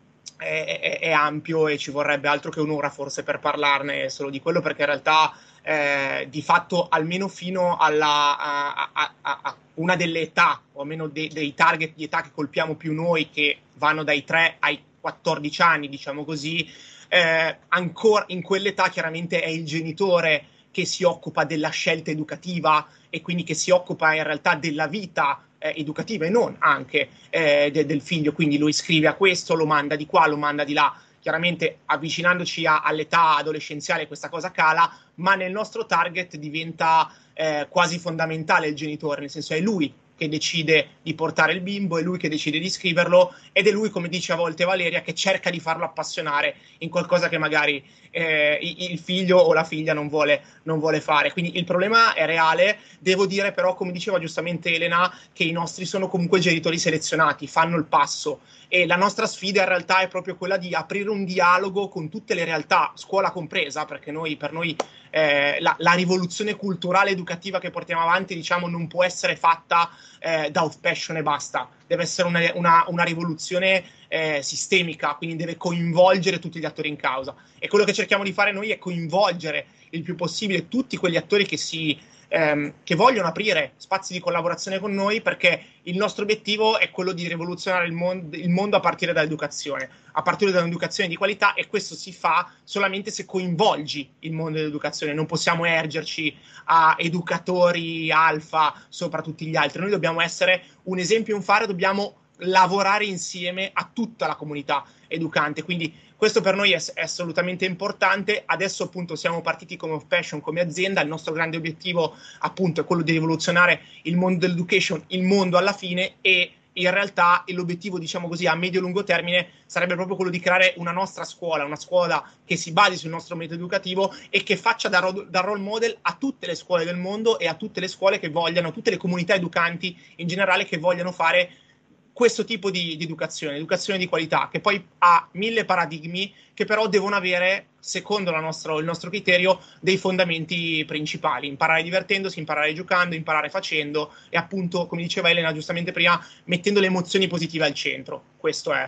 è, è, è ampio e ci vorrebbe altro che un'ora forse per parlarne solo di quello, perché in realtà... Eh, di fatto almeno fino alla a, a, a, a una delle età, o almeno de, dei target di età che colpiamo più noi, che vanno dai tre ai quattordici anni, diciamo così, eh, ancora in quell'età chiaramente è il genitore che si occupa della scelta educativa e quindi che si occupa in realtà della vita eh, educativa e non anche eh, de, del figlio, quindi lo iscrive a questo, lo manda di qua, lo manda di là. Chiaramente avvicinandoci a, all'età adolescenziale questa cosa cala, ma nel nostro target diventa eh, quasi fondamentale il genitore, nel senso è lui che decide di portare il bimbo, è lui che decide di iscriverlo ed è lui, come dice a volte Valeria, che cerca di farlo appassionare in qualcosa che magari eh, il figlio o la figlia non vuole, non vuole fare. Quindi il problema è reale. Devo dire però, come diceva giustamente Elena, che i nostri sono comunque genitori selezionati, fanno il passo, e la nostra sfida in realtà è proprio quella di aprire un dialogo con tutte le realtà, scuola compresa, perché noi, per noi eh, la, la rivoluzione culturale educativa che portiamo avanti, diciamo, non può essere fatta eh, da off passion e basta, deve essere una, una, una rivoluzione eh, sistemica, quindi deve coinvolgere tutti gli attori in causa, e quello che cerchiamo di fare noi è coinvolgere il più possibile tutti quegli attori che si Ehm, che vogliono aprire spazi di collaborazione con noi, perché il nostro obiettivo è quello di rivoluzionare il, mon- il mondo a partire dall'educazione, a partire da un'educazione di qualità, e questo si fa solamente se coinvolgi il mondo dell'educazione. Non possiamo ergerci a educatori alfa sopra tutti gli altri, noi dobbiamo essere un esempio e un faro, dobbiamo lavorare insieme a tutta la comunità educante, quindi questo per noi è, è assolutamente importante. Adesso appunto siamo partiti come Off Passion, come azienda, il nostro grande obiettivo appunto è quello di rivoluzionare il mondo dell'education, il mondo alla fine, e in realtà l'obiettivo, diciamo così, a medio-lungo termine sarebbe proprio quello di creare una nostra scuola, una scuola che si basi sul nostro metodo educativo e che faccia da, ro- da role model a tutte le scuole del mondo e a tutte le scuole che vogliano, tutte le comunità educanti in generale che vogliano fare questo tipo di, di educazione, educazione di qualità, che poi ha mille paradigmi che però devono avere, secondo la nostro, il nostro criterio, dei fondamenti principali: imparare divertendosi, imparare giocando, imparare facendo e appunto, come diceva Elena giustamente prima, mettendo le emozioni positive al centro. Questo è.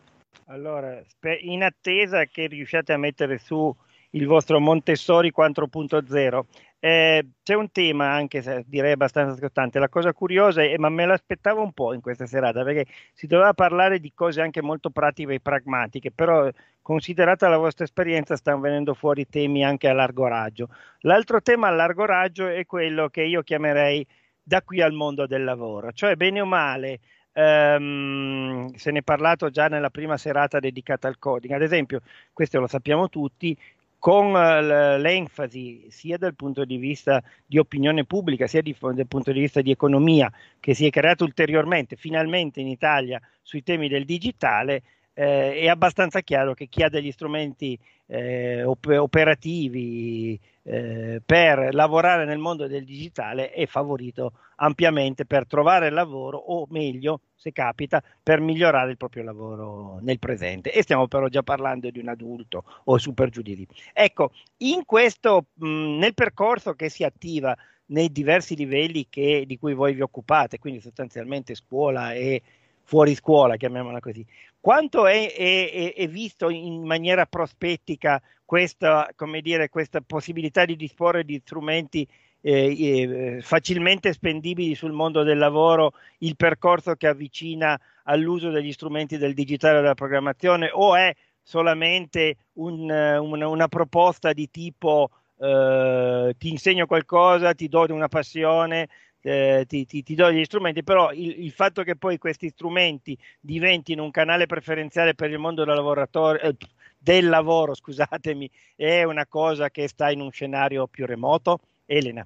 Allora, in attesa che riusciate a mettere su il vostro Montessori quattro punto zero, eh, c'è un tema anche se direi abbastanza scottante. La cosa curiosa è, ma me l'aspettavo un po' in questa serata, perché si doveva parlare di cose anche molto pratiche e pragmatiche, però considerata la vostra esperienza stanno venendo fuori temi anche a largo raggio. L'altro tema a largo raggio è quello che io chiamerei da qui al mondo del lavoro, cioè bene o male. Um, se ne è parlato già nella prima serata dedicata al coding, ad esempio, questo lo sappiamo tutti, con uh, l'enfasi sia dal punto di vista di opinione pubblica sia di, dal punto di vista di economia che si è creato ulteriormente finalmente in Italia sui temi del digitale, eh, è abbastanza chiaro che chi ha degli strumenti eh, op- operativi eh, per lavorare nel mondo del digitale è favorito ampiamente per trovare lavoro, o meglio, se capita, per migliorare il proprio lavoro nel presente. E stiamo però già parlando di un adulto o super giù di lì. Ecco, in questo, mh, nel percorso che si attiva nei diversi livelli che, di cui voi vi occupate, quindi sostanzialmente scuola e fuori scuola, chiamiamola così. Quanto è, è, è visto in maniera prospettica questa, come dire, questa possibilità di disporre di strumenti eh, eh, facilmente spendibili sul mondo del lavoro, il percorso che avvicina all'uso degli strumenti del digitale e della programmazione, o è solamente un, una, una proposta di tipo eh, ti insegno qualcosa, ti do una passione, eh, ti, ti, ti do gli strumenti, però il, il fatto che poi questi strumenti diventino un canale preferenziale per il mondo del lavoratore, eh, del lavoro, scusatemi, è una cosa che sta in un scenario più remoto. Elena.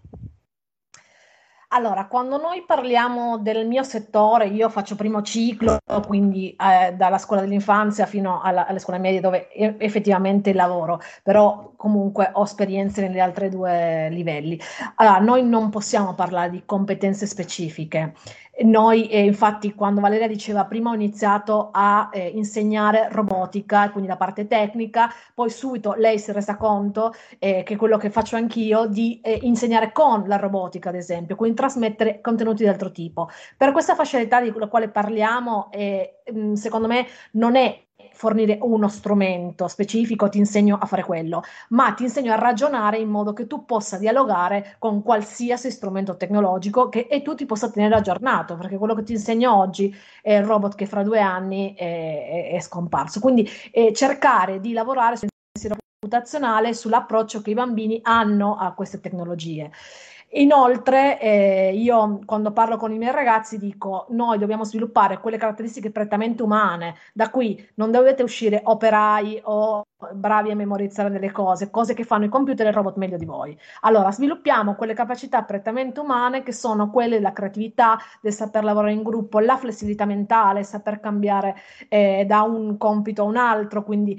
Allora, quando noi parliamo del mio settore, io faccio primo ciclo, quindi eh, dalla scuola dell'infanzia fino alla, alle scuole medie dove e- effettivamente lavoro, però comunque ho esperienze negli altri due livelli. Allora, noi non possiamo parlare di competenze specifiche. Noi, eh, infatti, quando Valeria diceva prima ho iniziato a eh, insegnare robotica, quindi la parte tecnica, poi subito lei si è resa conto eh, che è quello che faccio anch'io, di eh, insegnare con la robotica, ad esempio, quindi trasmettere contenuti di altro tipo. Per questa fascia d'età di quella quale parliamo, eh, secondo me non è fornire uno strumento specifico, ti insegno a fare quello, ma ti insegno a ragionare in modo che tu possa dialogare con qualsiasi strumento tecnologico che, e tu ti possa tenere aggiornato, perché quello che ti insegno oggi è il robot che fra due anni è, è, è scomparso. Quindi eh, cercare di lavorare sul pensiero computazionale, sull'approccio che i bambini hanno a queste tecnologie. Inoltre, eh, io quando parlo con i miei ragazzi dico: noi dobbiamo sviluppare quelle caratteristiche prettamente umane, da qui non dovete uscire operai o bravi a memorizzare delle cose, cose che fanno i computer e il robot meglio di voi. Allora, sviluppiamo quelle capacità prettamente umane che sono quelle della creatività, del saper lavorare in gruppo, la flessibilità mentale, saper cambiare eh, da un compito a un altro, quindi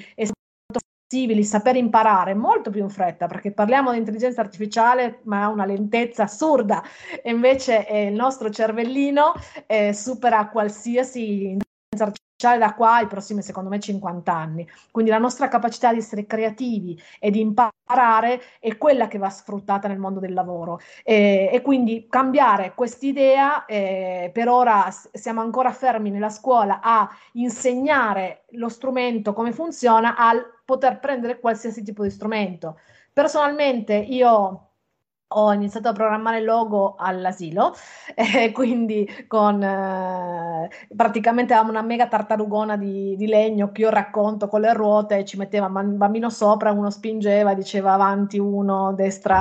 saper imparare molto più in fretta, perché parliamo di intelligenza artificiale ma ha una lentezza assurda, e invece eh, il nostro cervellino eh, supera qualsiasi intelligenza artificiale da qua ai prossimi, secondo me, cinquanta anni. Quindi la nostra capacità di essere creativi e di imparare è quella che va sfruttata nel mondo del lavoro, e, e quindi cambiare quest'idea. Eh, per ora siamo ancora fermi nella scuola a insegnare lo strumento come funziona, al poter prendere qualsiasi tipo di strumento. Personalmente io ho iniziato a programmare logo all'asilo, eh, quindi con eh, praticamente avevamo una mega tartarugona di, di legno che io racconto con le ruote, ci metteva un bambino sopra, uno spingeva e diceva avanti uno, destra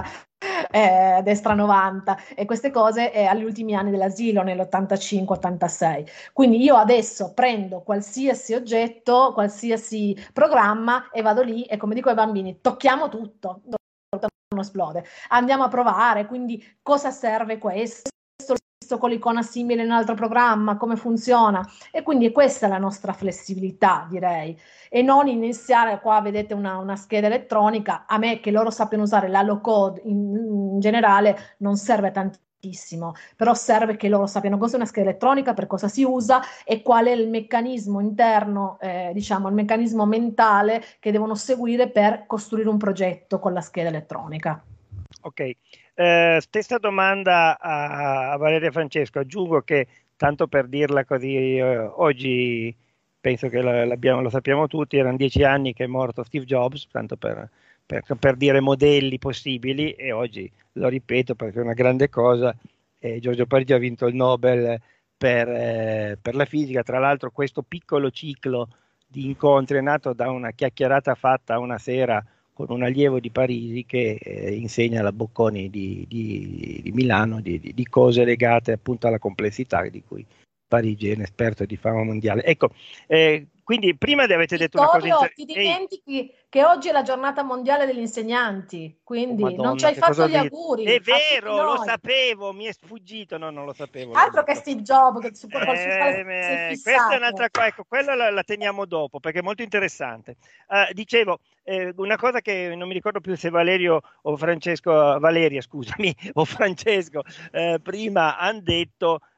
eh, destra novanta, e queste cose eh, agli ultimi anni dell'asilo, nell'ottantacinque ottantasei. Quindi io adesso prendo qualsiasi oggetto, qualsiasi programma e vado lì e, come dico ai bambini, tocchiamo tutto, non esplode, andiamo a provare, quindi cosa serve questo? Con l'icona simile in un altro programma, come funziona, e quindi questa è la nostra flessibilità, direi, e non iniziare. Qua vedete una, una scheda elettronica, a me che loro sappiano usare la low code in, in generale non serve tantissimo, però serve che loro sappiano cos'è una scheda elettronica, per cosa si usa e qual è il meccanismo interno, eh, diciamo il meccanismo mentale che devono seguire per costruire un progetto con la scheda elettronica. Ok. Eh, stessa domanda a, a Valeria Francesco. Aggiungo che, tanto per dirla così, eh, oggi penso che la, l'abbiamo, lo sappiamo tutti, erano dieci anni che è morto Steve Jobs, tanto per, per, per dire modelli possibili, e oggi lo ripeto perché è una grande cosa, eh, Giorgio Parigi ha vinto il Nobel per, eh, per la fisica. Tra l'altro questo piccolo ciclo di incontri è nato da una chiacchierata fatta una sera con un allievo di Parisi che eh, insegna alla Bocconi di, di, di Milano di, di, di cose legate appunto alla complessità, di cui Parigi è un esperto di fama mondiale. Ecco, eh, quindi prima avete detto Vittorio, una cosa inter- ti dimentichi Ehi. che oggi è la giornata mondiale degli insegnanti, quindi oh, Madonna, non ci hai fatto gli auguri. È vero, lo sapevo, mi è sfuggito, no, non lo sapevo. Altro che Steve Jobs, che su, eh, sul quale sei fissato. Questa è un'altra cosa, ecco, quella la, la teniamo dopo perché è molto interessante. Uh, dicevo, eh, una cosa che non mi ricordo più se Valerio o Francesco, Valeria scusami, o Francesco, eh, prima hanno detto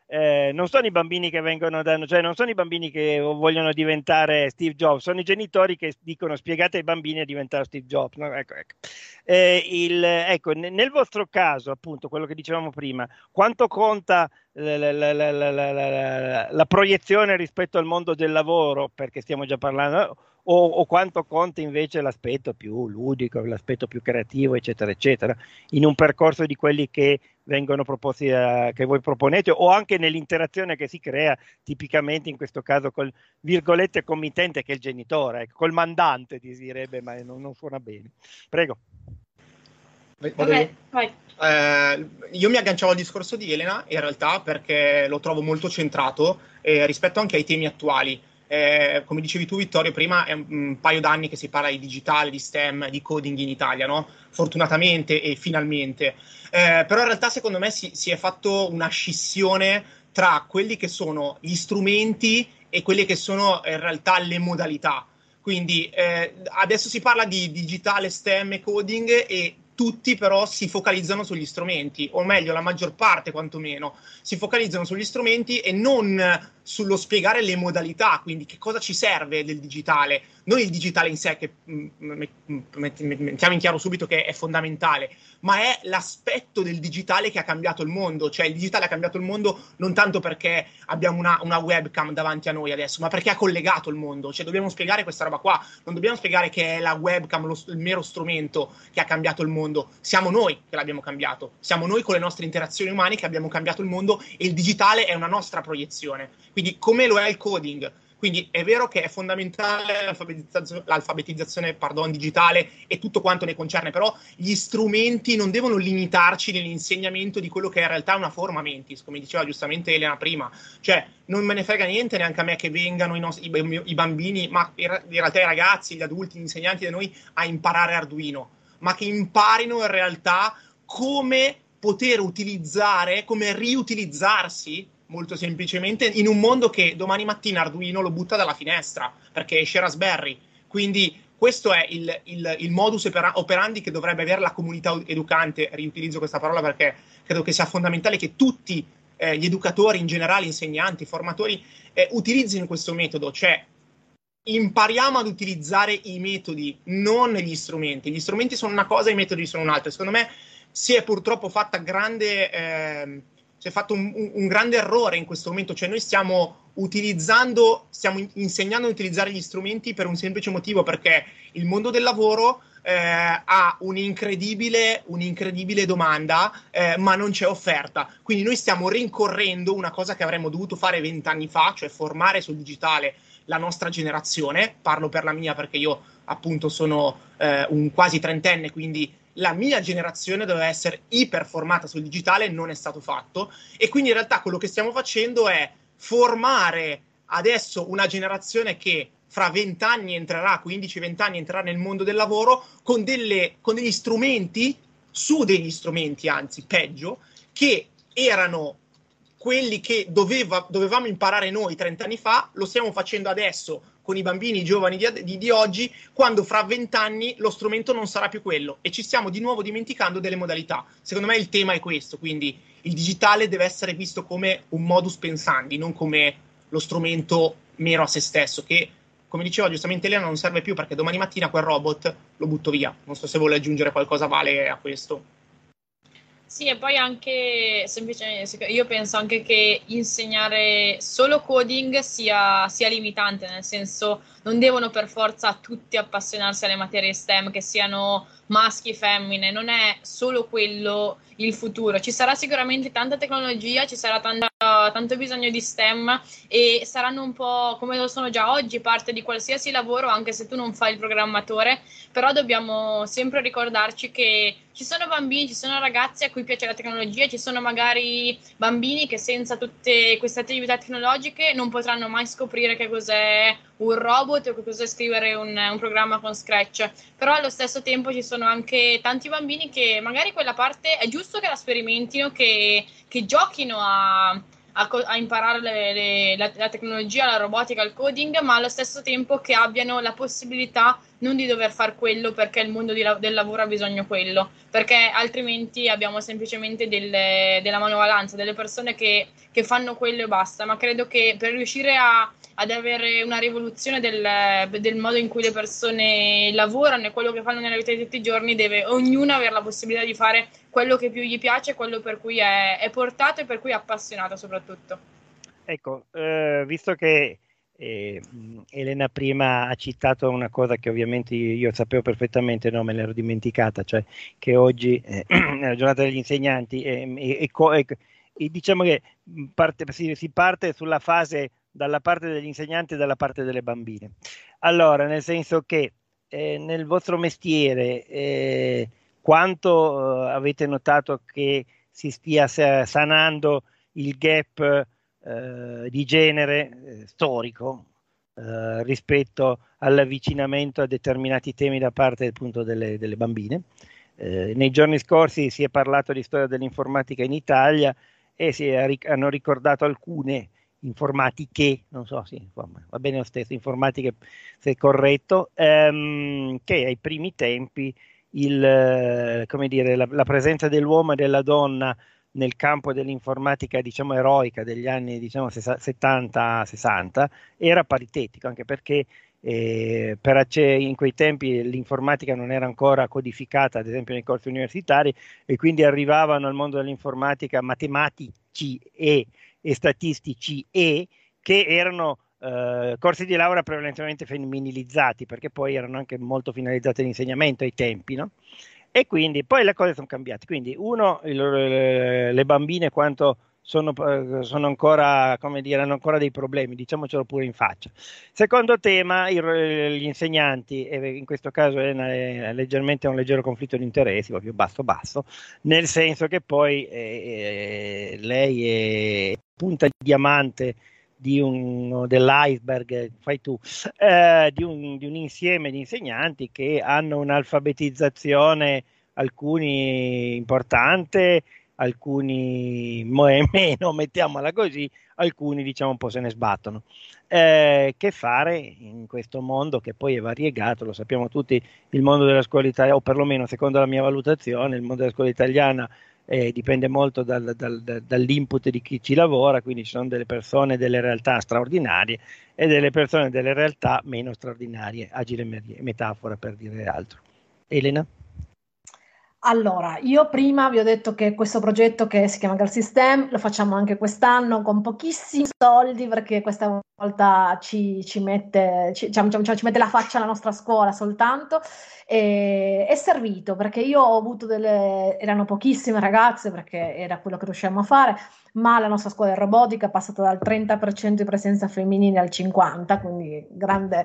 Eh, non sono i bambini che vengono da, cioè non sono i bambini che vogliono diventare Steve Jobs, sono i genitori che dicono spiegate ai bambini a diventare Steve Jobs, no? Ecco, ecco. Eh, il, ecco, nel vostro caso, appunto, quello che dicevamo prima, quanto conta la, la, la, la, la, la, la proiezione rispetto al mondo del lavoro, perché stiamo già parlando, o, o quanto conta invece l'aspetto più ludico, l'aspetto più creativo, eccetera, eccetera, in un percorso di quelli che vengono proposti, a, che voi proponete, o anche nell'interazione che si crea tipicamente in questo caso col virgolette committente che è il genitore, ecco, col mandante si direbbe, ma non, non suona bene. Prego. Vado io? Vai. Eh, io mi agganciavo al discorso di Elena in realtà perché lo trovo molto centrato eh, rispetto anche ai temi attuali. Eh, come dicevi tu, Vittorio, prima è un, un paio d'anni che si parla di digitale, di STEM, di coding in Italia, no? Fortunatamente e finalmente. Eh, però in realtà secondo me si, si è fatto una scissione tra quelli che sono gli strumenti e quelle che sono in realtà le modalità. Quindi eh, adesso si parla di digitale, STEM e coding e tutti però si focalizzano sugli strumenti, o meglio la maggior parte quantomeno, si focalizzano sugli strumenti e non sullo spiegare le modalità, quindi che cosa ci serve del digitale. Non il digitale in sé, che mettiamo in chiaro subito che è fondamentale, ma è l'aspetto del digitale che ha cambiato il mondo. Cioè il digitale ha cambiato il mondo non tanto perché abbiamo una, una webcam davanti a noi adesso, ma perché ha collegato il mondo. Cioè dobbiamo spiegare questa roba qua, non dobbiamo spiegare che è la webcam lo, il mero strumento che ha cambiato il mondo. Siamo noi che l'abbiamo cambiato, siamo noi con le nostre interazioni umane che abbiamo cambiato il mondo e il digitale è una nostra proiezione. Quindi come lo è il coding. Quindi è vero che è fondamentale l'alfabetizzazione, l'alfabetizzazione pardon, digitale e tutto quanto ne concerne, però gli strumenti non devono limitarci nell'insegnamento di quello che è in realtà una forma mentis, come diceva giustamente Elena prima. Cioè non me ne frega niente neanche a me che vengano i, nostri, i, i bambini, ma in realtà i ragazzi, gli adulti, gli insegnanti da noi a imparare Arduino, ma che imparino in realtà come poter utilizzare, come riutilizzarsi molto semplicemente in un mondo che domani mattina Arduino lo butta dalla finestra perché esce Raspberry. Quindi questo è il, il, il modus operandi che dovrebbe avere la comunità educante. Riutilizzo questa parola perché credo che sia fondamentale che tutti eh, gli educatori in generale, insegnanti, formatori eh, utilizzino questo metodo, cioè impariamo ad utilizzare i metodi, non gli strumenti. Gli strumenti sono una cosa, i metodi sono un'altra. Secondo me si è purtroppo fatta grande eh, si è fatto un, un, un grande errore in questo momento, cioè noi stiamo utilizzando, stiamo insegnando ad utilizzare gli strumenti per un semplice motivo, perché il mondo del lavoro eh, ha un'incredibile, un'incredibile domanda, eh, ma non c'è offerta. Quindi noi stiamo rincorrendo una cosa che avremmo dovuto fare vent'anni fa, cioè formare sul digitale la nostra generazione. Parlo per la mia perché io appunto sono eh, un quasi trentenne, quindi la mia generazione doveva essere iperformata sul digitale, non è stato fatto, e quindi in realtà quello che stiamo facendo è formare adesso una generazione che fra vent'anni entrerà, quindici venti anni entrerà nel mondo del lavoro con, delle, con degli strumenti, su degli strumenti anzi peggio, che erano quelli che doveva, dovevamo imparare noi trent'anni fa, lo stiamo facendo adesso con i bambini, i giovani di, di, di oggi, quando fra vent'anni lo strumento non sarà più quello e ci stiamo di nuovo dimenticando delle modalità. Secondo me il tema è questo, quindi il digitale deve essere visto come un modus pensandi, non come lo strumento mero a se stesso, che, come diceva giustamente Elena, non serve più perché domani mattina quel robot lo butto via. Non so se vuole aggiungere qualcosa, Vale, a questo. Sì, e poi anche semplicemente io penso anche che insegnare solo coding sia, sia limitante, nel senso non devono per forza tutti appassionarsi alle materie STEM, che siano maschi e femmine, non è solo quello il futuro. Ci sarà sicuramente tanta tecnologia, ci sarà tanta, tanto bisogno di STEM e saranno un po' come lo sono già oggi, parte di qualsiasi lavoro, anche se tu non fai il programmatore, però dobbiamo sempre ricordarci che ci sono bambini, ci sono ragazzi a cui piace la tecnologia, ci sono magari bambini che senza tutte queste attività tecnologiche non potranno mai scoprire che cos'è un robot o che cos'è scrivere un, un programma con Scratch, però allo stesso tempo ci sono anche tanti bambini che magari quella parte è giusto che la sperimentino, che, che giochino a, a, co- a imparare le- le- la, la tecnologia, la robotica, il coding, ma allo stesso tempo che abbiano la possibilità non di dover fare quello perché il mondo di la- del lavoro ha bisogno di quello, perché altrimenti abbiamo semplicemente delle- della manovalanza, delle persone che, che fanno quello e basta, ma credo che per riuscire a, ad avere una rivoluzione del, del modo in cui le persone lavorano e quello che fanno nella vita di tutti i giorni, deve ognuno avere la possibilità di fare quello che più gli piace, quello per cui è, è portato e per cui è appassionato soprattutto. Ecco, eh, visto che eh, mh, Elena prima ha citato una cosa che ovviamente io, io sapevo perfettamente, no, me l'ero dimenticata, cioè che oggi eh, è la giornata degli insegnanti e, e- e co- e- e diciamo che mh, parte- si, si parte sulla fase dalla parte degli insegnanti e dalla parte delle bambine. Allora, nel senso che eh, nel vostro mestiere eh, quanto eh, avete notato che si stia sa- sanando il gap eh, di genere eh, storico eh, rispetto all'avvicinamento a determinati temi da parte appunto delle, delle bambine. Eh, nei giorni scorsi si è parlato di storia dell'informatica in Italia e si è, hanno ricordato alcune informatiche, non so, sì, va bene lo stesso, informatiche se è corretto, ehm, che ai primi tempi il, come dire, la, la presenza dell'uomo e della donna nel campo dell'informatica, diciamo, eroica degli anni, diciamo, settanta sessanta, era paritetico, anche perché eh, per acce- in quei tempi l'informatica non era ancora codificata, ad esempio nei corsi universitari, e quindi arrivavano al mondo dell'informatica matematici e, e statistici e che erano eh, corsi di laurea prevalentemente femminilizzati, perché poi erano anche molto finalizzati all'insegnamento ai tempi, no? E quindi poi le cose sono cambiate. Quindi, uno, il, le bambine quanto sono, sono ancora, come dire, hanno ancora dei problemi, diciamocelo pure in faccia. Secondo tema, il, gli insegnanti, e in questo caso è, una, è leggermente un leggero conflitto di interessi, proprio basso basso, nel senso che poi eh, lei è punta di diamante di un, dell'iceberg, fai tu, eh, di, un, di un insieme di insegnanti che hanno un'alfabetizzazione, alcuni importante, alcuni meno, mettiamola così, alcuni diciamo un po' se ne sbattono. Eh, che fare in questo mondo che poi è variegato, lo sappiamo tutti, il mondo della scuola italiana, o perlomeno secondo la mia valutazione, il mondo della scuola italiana eh, dipende molto dal, dal, dal, dall'input di chi ci lavora, quindi ci sono delle persone, delle realtà straordinarie e delle persone, delle realtà meno straordinarie, agile metafora per dire altro. Elena? Allora, io prima vi ho detto che questo progetto che si chiama Girl System lo facciamo anche quest'anno con pochissimi soldi perché questa volta ci, ci mette, ci, diciamo, ci mette la faccia alla nostra scuola soltanto. E, è servito perché io ho avuto delle, erano pochissime ragazze perché era quello che riusciamo a fare, ma la nostra scuola di robotica è passata dal trenta per cento di presenza femminile al cinquanta per cento, quindi grande,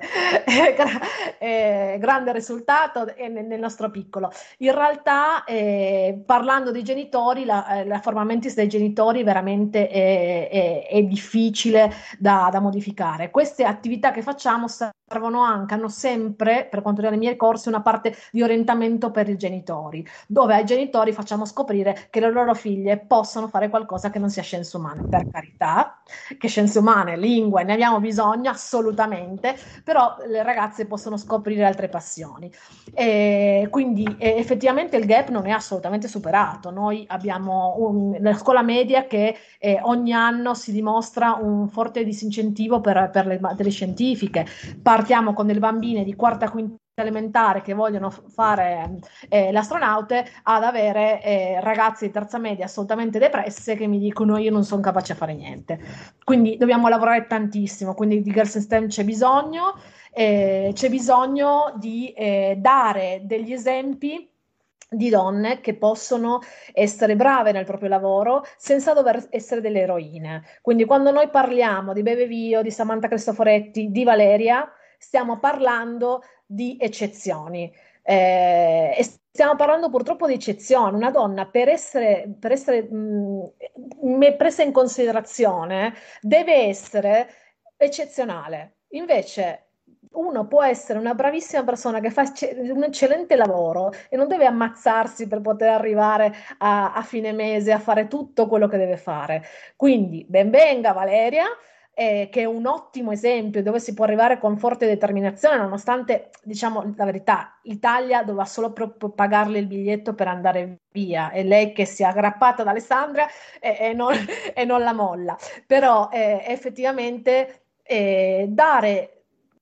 eh, grande risultato nel, nel nostro piccolo. In realtà, eh, parlando dei genitori, la, eh, la forma mentis dei genitori veramente è, è, è difficile da, da modificare. Queste attività che facciamo servono anche, hanno sempre, per quanto riguarda i miei corsi, una parte di orientamento per i genitori, dove ai genitori facciamo scoprire che le loro figlie possono fare qualcosa che non sia scienze umane, per carità, che scienze umane, lingue, ne abbiamo bisogno assolutamente, però le ragazze possono scoprire altre passioni. E quindi eh, effettivamente il gap non è assolutamente superato. Noi abbiamo un, la scuola media che eh, ogni anno si dimostra un forte disincentivo per, per le materie scientifiche. Partiamo con delle bambine di quarta quinta elementare che vogliono fare eh, l'astronaute ad avere eh, ragazzi di terza media assolutamente depresse che mi dicono io non sono capace a fare niente. Quindi dobbiamo lavorare tantissimo, quindi di Girls in STEM c'è bisogno. Eh, c'è bisogno di eh, dare degli esempi di donne che possono essere brave nel proprio lavoro senza dover essere delle eroine. Quindi quando noi parliamo di Bebe Vio, di Samantha Cristoforetti, di Valeria, stiamo parlando di eccezioni. Eh, e stiamo parlando purtroppo di eccezioni. Una donna per essere, per essere mh, presa in considerazione deve essere eccezionale. Invece uno può essere una bravissima persona che fa un eccellente lavoro e non deve ammazzarsi per poter arrivare a, a fine mese a fare tutto quello che deve fare. Quindi ben venga Valeria, eh, che è un ottimo esempio dove si può arrivare con forte determinazione, nonostante, diciamo la verità, l'Italia doveva solo pro- pagarle il biglietto per andare via e lei che si è aggrappata ad Alessandria e, e non, e non la molla. Però eh, effettivamente eh, dare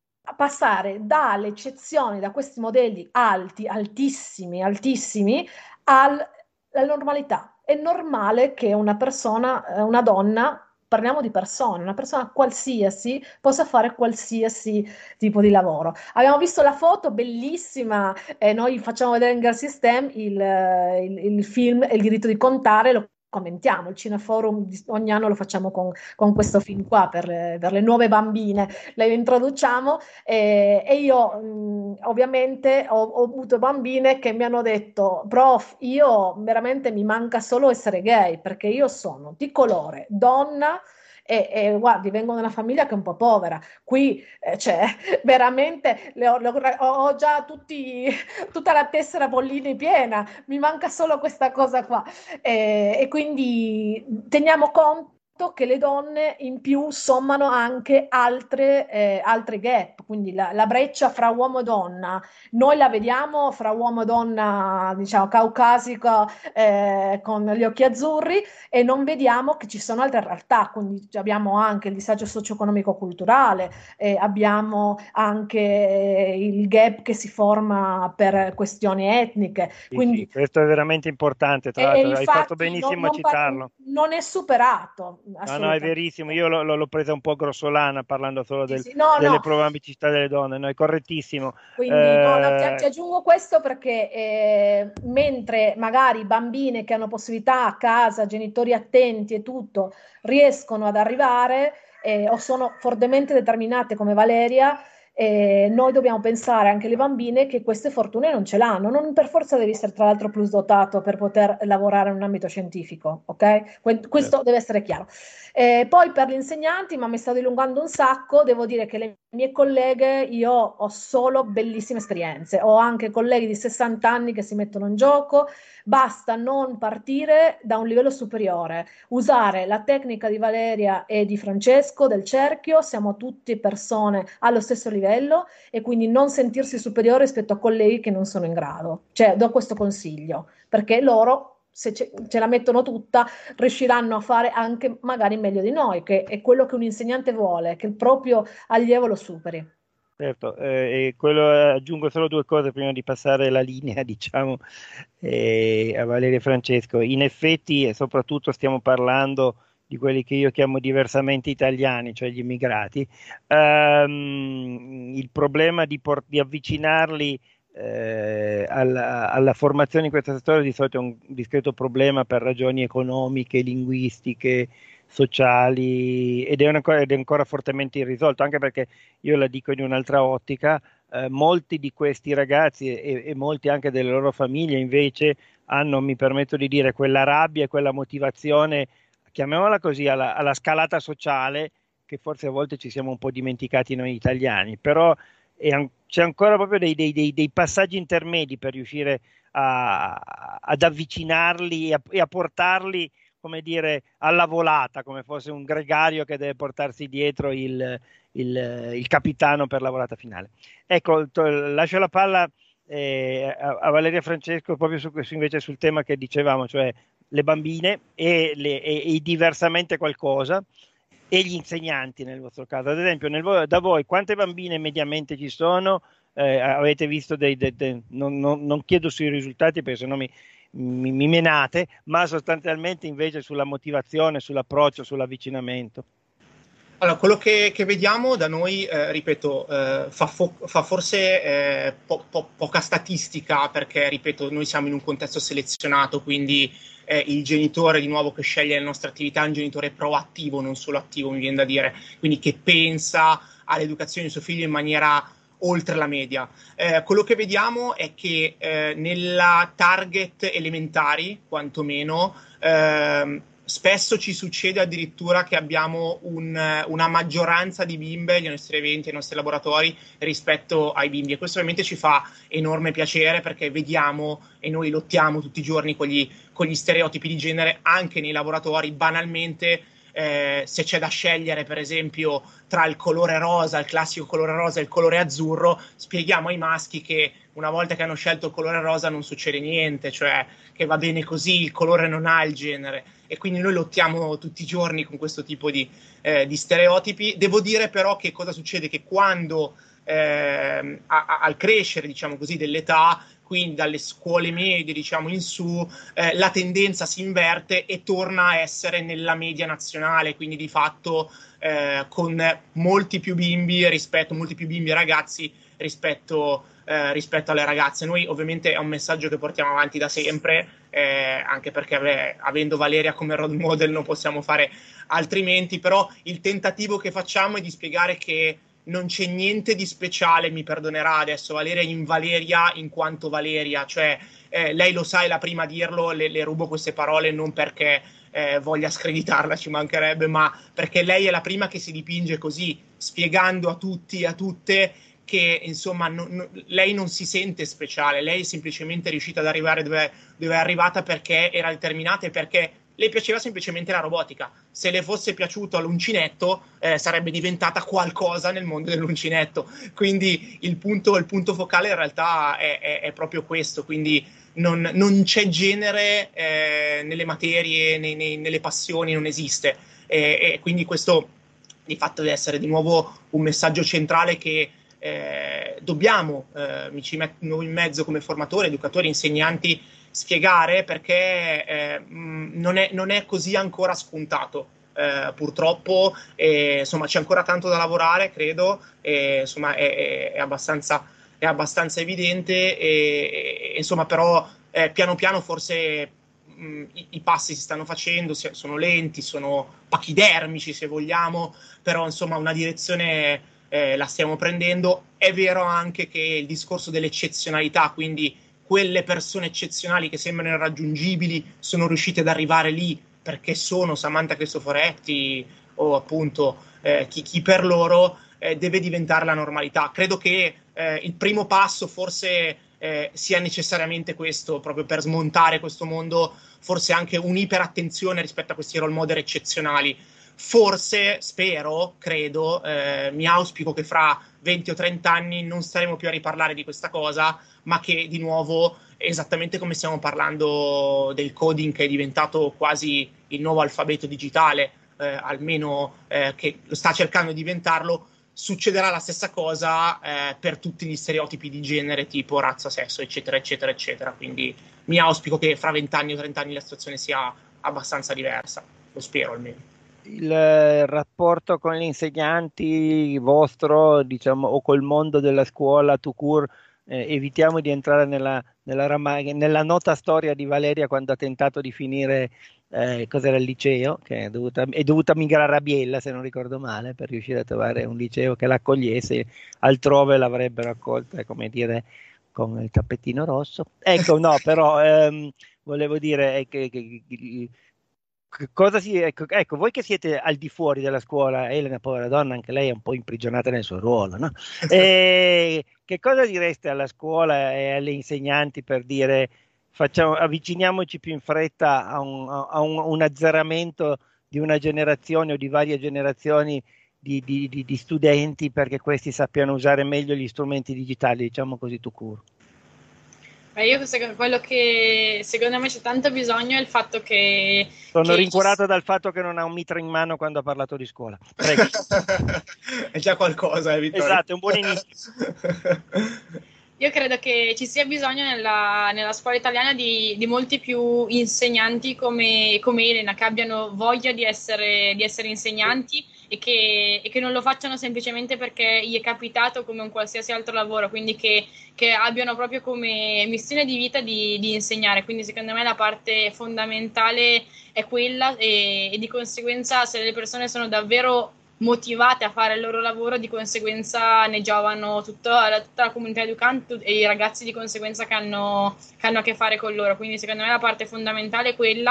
passare dalle eccezioni, da questi modelli alti, altissimi, altissimi, al- alla normalità. È normale che una persona, eh, una donna, parliamo di persone, una persona qualsiasi possa fare qualsiasi tipo di lavoro. Abbiamo visto la foto bellissima, eh, noi facciamo vedere in Girl System il, eh, il, il film e il diritto di contare, lo commentiamo, il Cineforum ogni anno lo facciamo con, con questo film qua per le, per le nuove bambine, le introduciamo e, e io mh, ovviamente ho, ho avuto bambine che mi hanno detto, prof, io veramente mi manca solo essere gay perché io sono di colore, donna e, e guardi, vengo da una famiglia che è un po' povera, qui eh, cioè, veramente le ho, le ho, ho già tutti, tutta la tessera bollini piena, mi manca solo questa cosa qua. Eh, e quindi teniamo conto che le donne in più sommano anche altre, eh, altre gap, quindi la, la breccia fra uomo e donna, noi la vediamo fra uomo e donna, diciamo, caucasico eh, con gli occhi azzurri e non vediamo che ci sono altre realtà, quindi abbiamo anche il disagio socio-economico culturale, eh, abbiamo anche eh, il gap che si forma per questioni etniche, Sì, quindi sì, questo è veramente importante, tra e, e l'altro hai fatto infatti non, benissimo a non par- citarlo. non è superato No, no, è assolutamente. verissimo, io l'ho, l'ho- l'ho presa un po' grossolana parlando solo Sì, del- sì, no, delle no. probabilità delle donne, no, è correttissimo. Quindi no, no, ti, ti Eh, aggiungo questo perché eh, mentre magari bambine che hanno possibilità a casa, genitori attenti e tutto, riescono ad arrivare eh, o sono fortemente determinate come Valeria, eh, noi dobbiamo pensare anche alle bambine che queste fortune non ce l'hanno. Non per forza devi essere tra l'altro plus dotato per poter lavorare in un ambito scientifico, ok? Que- certo. questo deve essere chiaro. Eh, poi per gli insegnanti, ma mi sto dilungando un sacco, devo dire che le mie colleghe, io ho solo bellissime esperienze, ho anche colleghi di sessanta anni che si mettono in gioco, basta non partire da un livello superiore, usare la tecnica di Valeria e di Francesco del cerchio, siamo tutti persone allo stesso livello e quindi non sentirsi superiore rispetto a colleghi che non sono in grado, cioè do questo consiglio, perché loro se ce, ce la mettono tutta riusciranno a fare anche magari meglio di noi, che è quello che un insegnante vuole, che il proprio allievo lo superi. Certo, eh, e quello, eh, aggiungo solo due cose prima di passare la linea, diciamo, eh, a Valeria e Francesco. In effetti, e soprattutto stiamo parlando di quelli che io chiamo diversamente italiani, cioè gli immigrati, ehm, il problema di, por- di avvicinarli eh, alla, alla formazione in questa storia di solito è un discreto problema per ragioni economiche, linguistiche, sociali ed è, una, ed è ancora fortemente irrisolto, anche perché io la dico in un'altra ottica, eh, molti di questi ragazzi e, e molti anche delle loro famiglie invece hanno, mi permetto di dire, quella rabbia e quella motivazione, chiamiamola così, alla, alla scalata sociale che forse a volte ci siamo un po' dimenticati noi italiani, però è an- c'è ancora proprio dei, dei- dei- dei passaggi intermedi per riuscire a- ad avvicinarli e a, e a portarli, come dire, alla volata, come fosse un gregario che deve portarsi dietro il, il- il capitano per la volata finale. Ecco, to- lascio la palla eh, a, a Valeria Francesco proprio su, su- invece sul tema che dicevamo, cioè le bambine e, le- e- e diversamente qualcosa e gli insegnanti nel vostro caso. Ad esempio, nel vo- da voi quante bambine mediamente ci sono? Eh, avete visto dei, dei- dei- non, non- non chiedo sui risultati perché sennò mi, mi, mi menate, ma sostanzialmente invece sulla motivazione, sull'approccio, sull'avvicinamento. Allora, quello che, che vediamo da noi, eh, ripeto, eh, fa, fo- fa forse eh, po- po- poca statistica perché, ripeto, noi siamo in un contesto selezionato, quindi eh, il genitore di nuovo che sceglie le nostre attività è un genitore proattivo, non solo attivo, mi viene da dire, quindi che pensa all'educazione di suo figlio in maniera oltre la media. Eh, quello che vediamo è che eh, nella target elementari, quantomeno, ehm, spesso ci succede addirittura che abbiamo un, una maggioranza di bimbe ai nostri eventi, ai nostri laboratori rispetto ai bimbi, e questo ovviamente ci fa enorme piacere, perché vediamo e noi lottiamo tutti i giorni con gli, con gli stereotipi di genere anche nei laboratori. Banalmente, eh, se c'è da scegliere per esempio tra il colore rosa, il classico colore rosa e il colore azzurro, spieghiamo ai maschi che una volta che hanno scelto il colore rosa non succede niente, cioè che va bene così, il colore non ha il genere, e quindi noi lottiamo tutti i giorni con questo tipo di, eh, di stereotipi. Devo dire però che cosa succede? Che quando eh, a, a, al crescere, diciamo così, dell'età, quindi dalle scuole medie, diciamo, in su, eh, la tendenza si inverte e torna a essere nella media nazionale, quindi di fatto eh, con molti più bimbi rispetto, molti più bimbi e ragazzi rispetto, eh, rispetto alle ragazze. Noi ovviamente è un messaggio che portiamo avanti da sempre, eh, anche perché beh, avendo Valeria come role model non possiamo fare altrimenti, però il tentativo che facciamo è di spiegare che non c'è niente di speciale, mi perdonerà adesso Valeria, in Valeria in quanto Valeria, cioè eh, lei lo sa, è la prima a dirlo, le, le rubo queste parole non perché eh, voglia screditarla, ci mancherebbe, ma perché lei è la prima che si dipinge così, spiegando a tutti e a tutte che insomma no, no, lei non si sente speciale, lei è semplicemente riuscita ad arrivare dove, dove è arrivata perché era determinata e perché le piaceva semplicemente la robotica. Se le fosse piaciuto l'uncinetto, eh, sarebbe diventata qualcosa nel mondo dell'uncinetto. Quindi il punto, il punto focale in realtà è, è, è proprio questo. Quindi non, non c'è genere eh, nelle materie, nei, nei, nelle passioni, non esiste. E, e quindi questo di fatto deve essere di nuovo un messaggio centrale che eh, dobbiamo, eh, mi ci metto in mezzo come formatori, educatori, insegnanti, spiegare, perché eh, non, è, non è così ancora scontato, eh, purtroppo, e, insomma c'è ancora tanto da lavorare, credo, e, insomma è, è, abbastanza, è abbastanza evidente, e, e, insomma però eh, piano piano forse mh, i, i passi si stanno facendo, sono lenti, sono pachidermici se vogliamo, però insomma una direzione eh, la stiamo prendendo. È vero anche che il discorso dell'eccezionalità, quindi quelle persone eccezionali che sembrano irraggiungibili sono riuscite ad arrivare lì perché sono Samantha Cristoforetti o appunto eh, chi, chi per loro, eh, deve diventare la normalità. Credo che eh, il primo passo forse eh, sia necessariamente questo, proprio per smontare questo mondo, forse anche un'iperattenzione rispetto a questi role model eccezionali. Forse, spero, credo, eh, mi auspico che fra venti o trenta anni non staremo più a riparlare di questa cosa, ma che di nuovo, esattamente come stiamo parlando del coding che è diventato quasi il nuovo alfabeto digitale, eh, almeno eh, che lo sta cercando di diventarlo, succederà la stessa cosa eh, per tutti gli stereotipi di genere, tipo razza, sesso, eccetera, eccetera, eccetera. Quindi mi auspico che fra venti anni o trenta anni la situazione sia abbastanza diversa, lo spero almeno. Il rapporto con gli insegnanti vostro, diciamo, o col mondo della scuola tout court, eh, evitiamo di entrare nella, nella, rama- nella nota storia di Valeria quando ha tentato di finire eh, cos'era il liceo, che è dovuta, è dovuta migrare a Biella, se non ricordo male, per riuscire a trovare un liceo che l'accogliesse, altrove l'avrebbero accolta, come dire, con il tappetino rosso. Ecco, no, però ehm, volevo dire che, che, che cosa si, ecco, ecco, voi che siete al di fuori della scuola, Elena, povera donna, anche lei è un po' imprigionata nel suo ruolo, no? E che cosa direste alla scuola e alle insegnanti per dire facciamo, avviciniamoci più in fretta a un, a un, un azzeramento di una generazione o di varie generazioni di, di, di, di studenti, perché questi sappiano usare meglio gli strumenti digitali, diciamo così, tu curo? Beh, io quello che secondo me c'è tanto bisogno è il fatto che... Sono che rincuorato ci... dal fatto che non ha un mitra in mano quando ha parlato di scuola. Prego. È già qualcosa, eh, Vittorio. Esatto, è un buon inizio. Io credo che ci sia bisogno nella, nella scuola italiana di, di molti più insegnanti come, come Elena, che abbiano voglia di essere, di essere insegnanti e che, e che non lo facciano semplicemente perché gli è capitato come un qualsiasi altro lavoro, quindi che, che abbiano proprio come missione di vita di, di insegnare. Quindi secondo me la parte fondamentale è quella, e, e di conseguenza se le persone sono davvero motivate a fare il loro lavoro, di conseguenza ne giovano tutta, tutta la comunità educante e i ragazzi di conseguenza che hanno, che hanno a che fare con loro. Quindi secondo me la parte fondamentale è quella,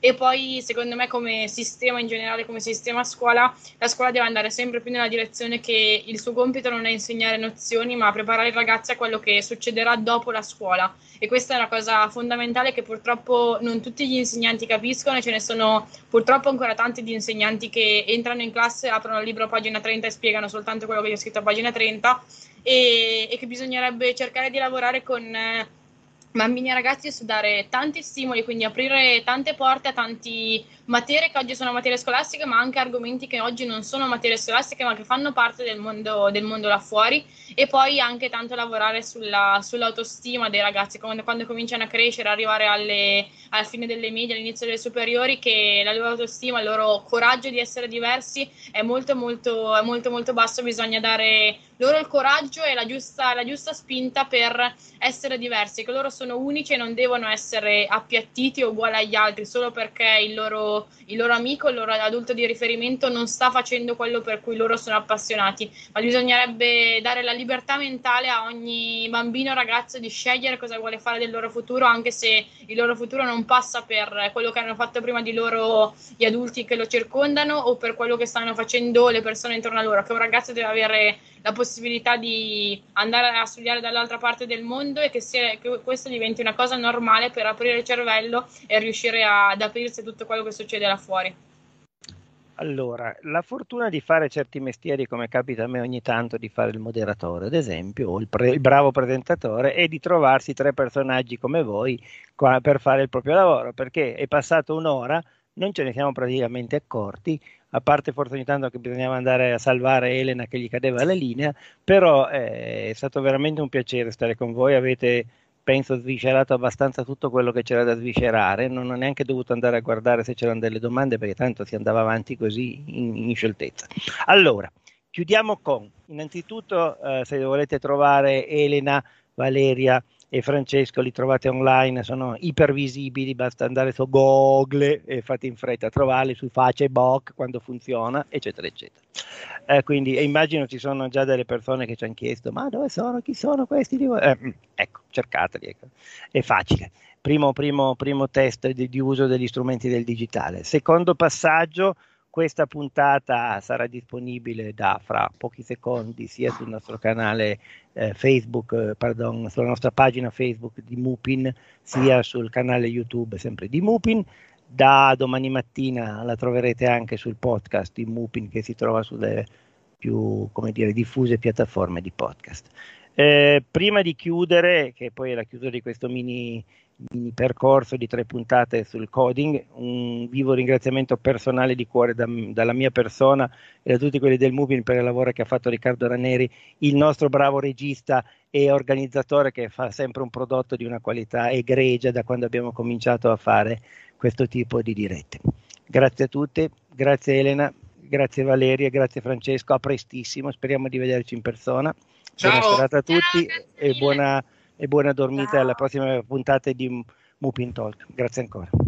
E poi secondo me come sistema in generale, come sistema scuola, la scuola deve andare sempre più nella direzione che il suo compito non è insegnare nozioni, ma preparare i ragazzi a quello che succederà dopo la scuola. E questa è una cosa fondamentale che purtroppo non tutti gli insegnanti capiscono, e ce ne sono purtroppo ancora tanti di insegnanti che entrano in classe, aprono il libro a pagina trenta e spiegano soltanto quello che c'è scritto a pagina trenta, e, e che bisognerebbe cercare di lavorare con eh, bambini e ragazzi, su dare tanti stimoli, quindi aprire tante porte a tanti materie che oggi sono materie scolastiche, ma anche argomenti che oggi non sono materie scolastiche ma che fanno parte del mondo, del mondo là fuori. E poi anche tanto lavorare sulla, sull'autostima dei ragazzi quando, quando cominciano a crescere, arrivare alle, alla fine delle medie, all'inizio delle superiori, che la loro autostima, il loro coraggio di essere diversi è molto molto, è molto, molto basso. Bisogna dare loro il coraggio e la giusta, la giusta spinta per essere diversi, che loro sono unici e non devono essere appiattiti o uguali agli altri solo perché il loro, il loro amico, il loro adulto di riferimento non sta facendo quello per cui loro sono appassionati. Ma bisognerebbe dare la libertà mentale a ogni bambino o ragazzo di scegliere cosa vuole fare del loro futuro, anche se il loro futuro non passa per quello che hanno fatto prima di loro gli adulti che lo circondano o per quello che stanno facendo le persone intorno a loro. Che un ragazzo deve avere la possibilità di andare a studiare dall'altra parte del mondo, e che, sia, che questo diventi una cosa normale per aprire il cervello e riuscire a, ad aprirsi a tutto quello che succede là fuori. Allora, la fortuna di fare certi mestieri, come capita a me ogni tanto di fare il moderatore, ad esempio, o il, pre- il bravo presentatore, è di trovarsi tre personaggi come voi qua per fare il proprio lavoro, perché è passata un'ora, non ce ne siamo praticamente accorti, a parte forse ogni tanto che bisognava andare a salvare Elena che gli cadeva la linea, però eh, è stato veramente un piacere stare con voi, avete, penso, sviscerato abbastanza tutto quello che c'era da sviscerare, non ho neanche dovuto andare a guardare se c'erano delle domande, perché tanto si andava avanti così in, in scioltezza. Allora, chiudiamo con, innanzitutto, eh, se volete trovare Elena, Valeria e Francesco, li trovate online, sono ipervisibili, basta andare su Google e fate in fretta a trovarli, su Facebook quando funziona, eccetera eccetera. Eh, quindi eh, immagino ci sono già delle persone che ci hanno chiesto: ma dove sono, chi sono questi? Eh, ecco, cercateli, ecco. È facile. Primo, primo, primo test di, di uso degli strumenti del digitale. Secondo passaggio: questa puntata sarà disponibile da fra pochi secondi sia sul nostro canale eh, Facebook, eh, pardon, sulla nostra pagina Facebook di Mupin, sia sul canale YouTube sempre di Mupin. Da domani mattina la troverete anche sul podcast di Mupin, che si trova sulle più, come dire, diffuse piattaforme di podcast. Eh, prima di chiudere, che poi è la chiusura di questo mini mini percorso di tre puntate sul coding, un vivo ringraziamento personale di cuore da, dalla mia persona e da tutti quelli del Mupin per il lavoro che ha fatto Riccardo Raneri, il nostro bravo regista e organizzatore, che fa sempre un prodotto di una qualità egregia da quando abbiamo cominciato a fare questo tipo di dirette. Grazie a tutti, grazie Elena, grazie Valeria, grazie Francesco, a prestissimo, speriamo di vederci in persona. Ciao. Buona serata a tutti. Ciao, e buona e buona dormita. Ciao. Alla prossima puntata di Mupin Talk. Grazie ancora.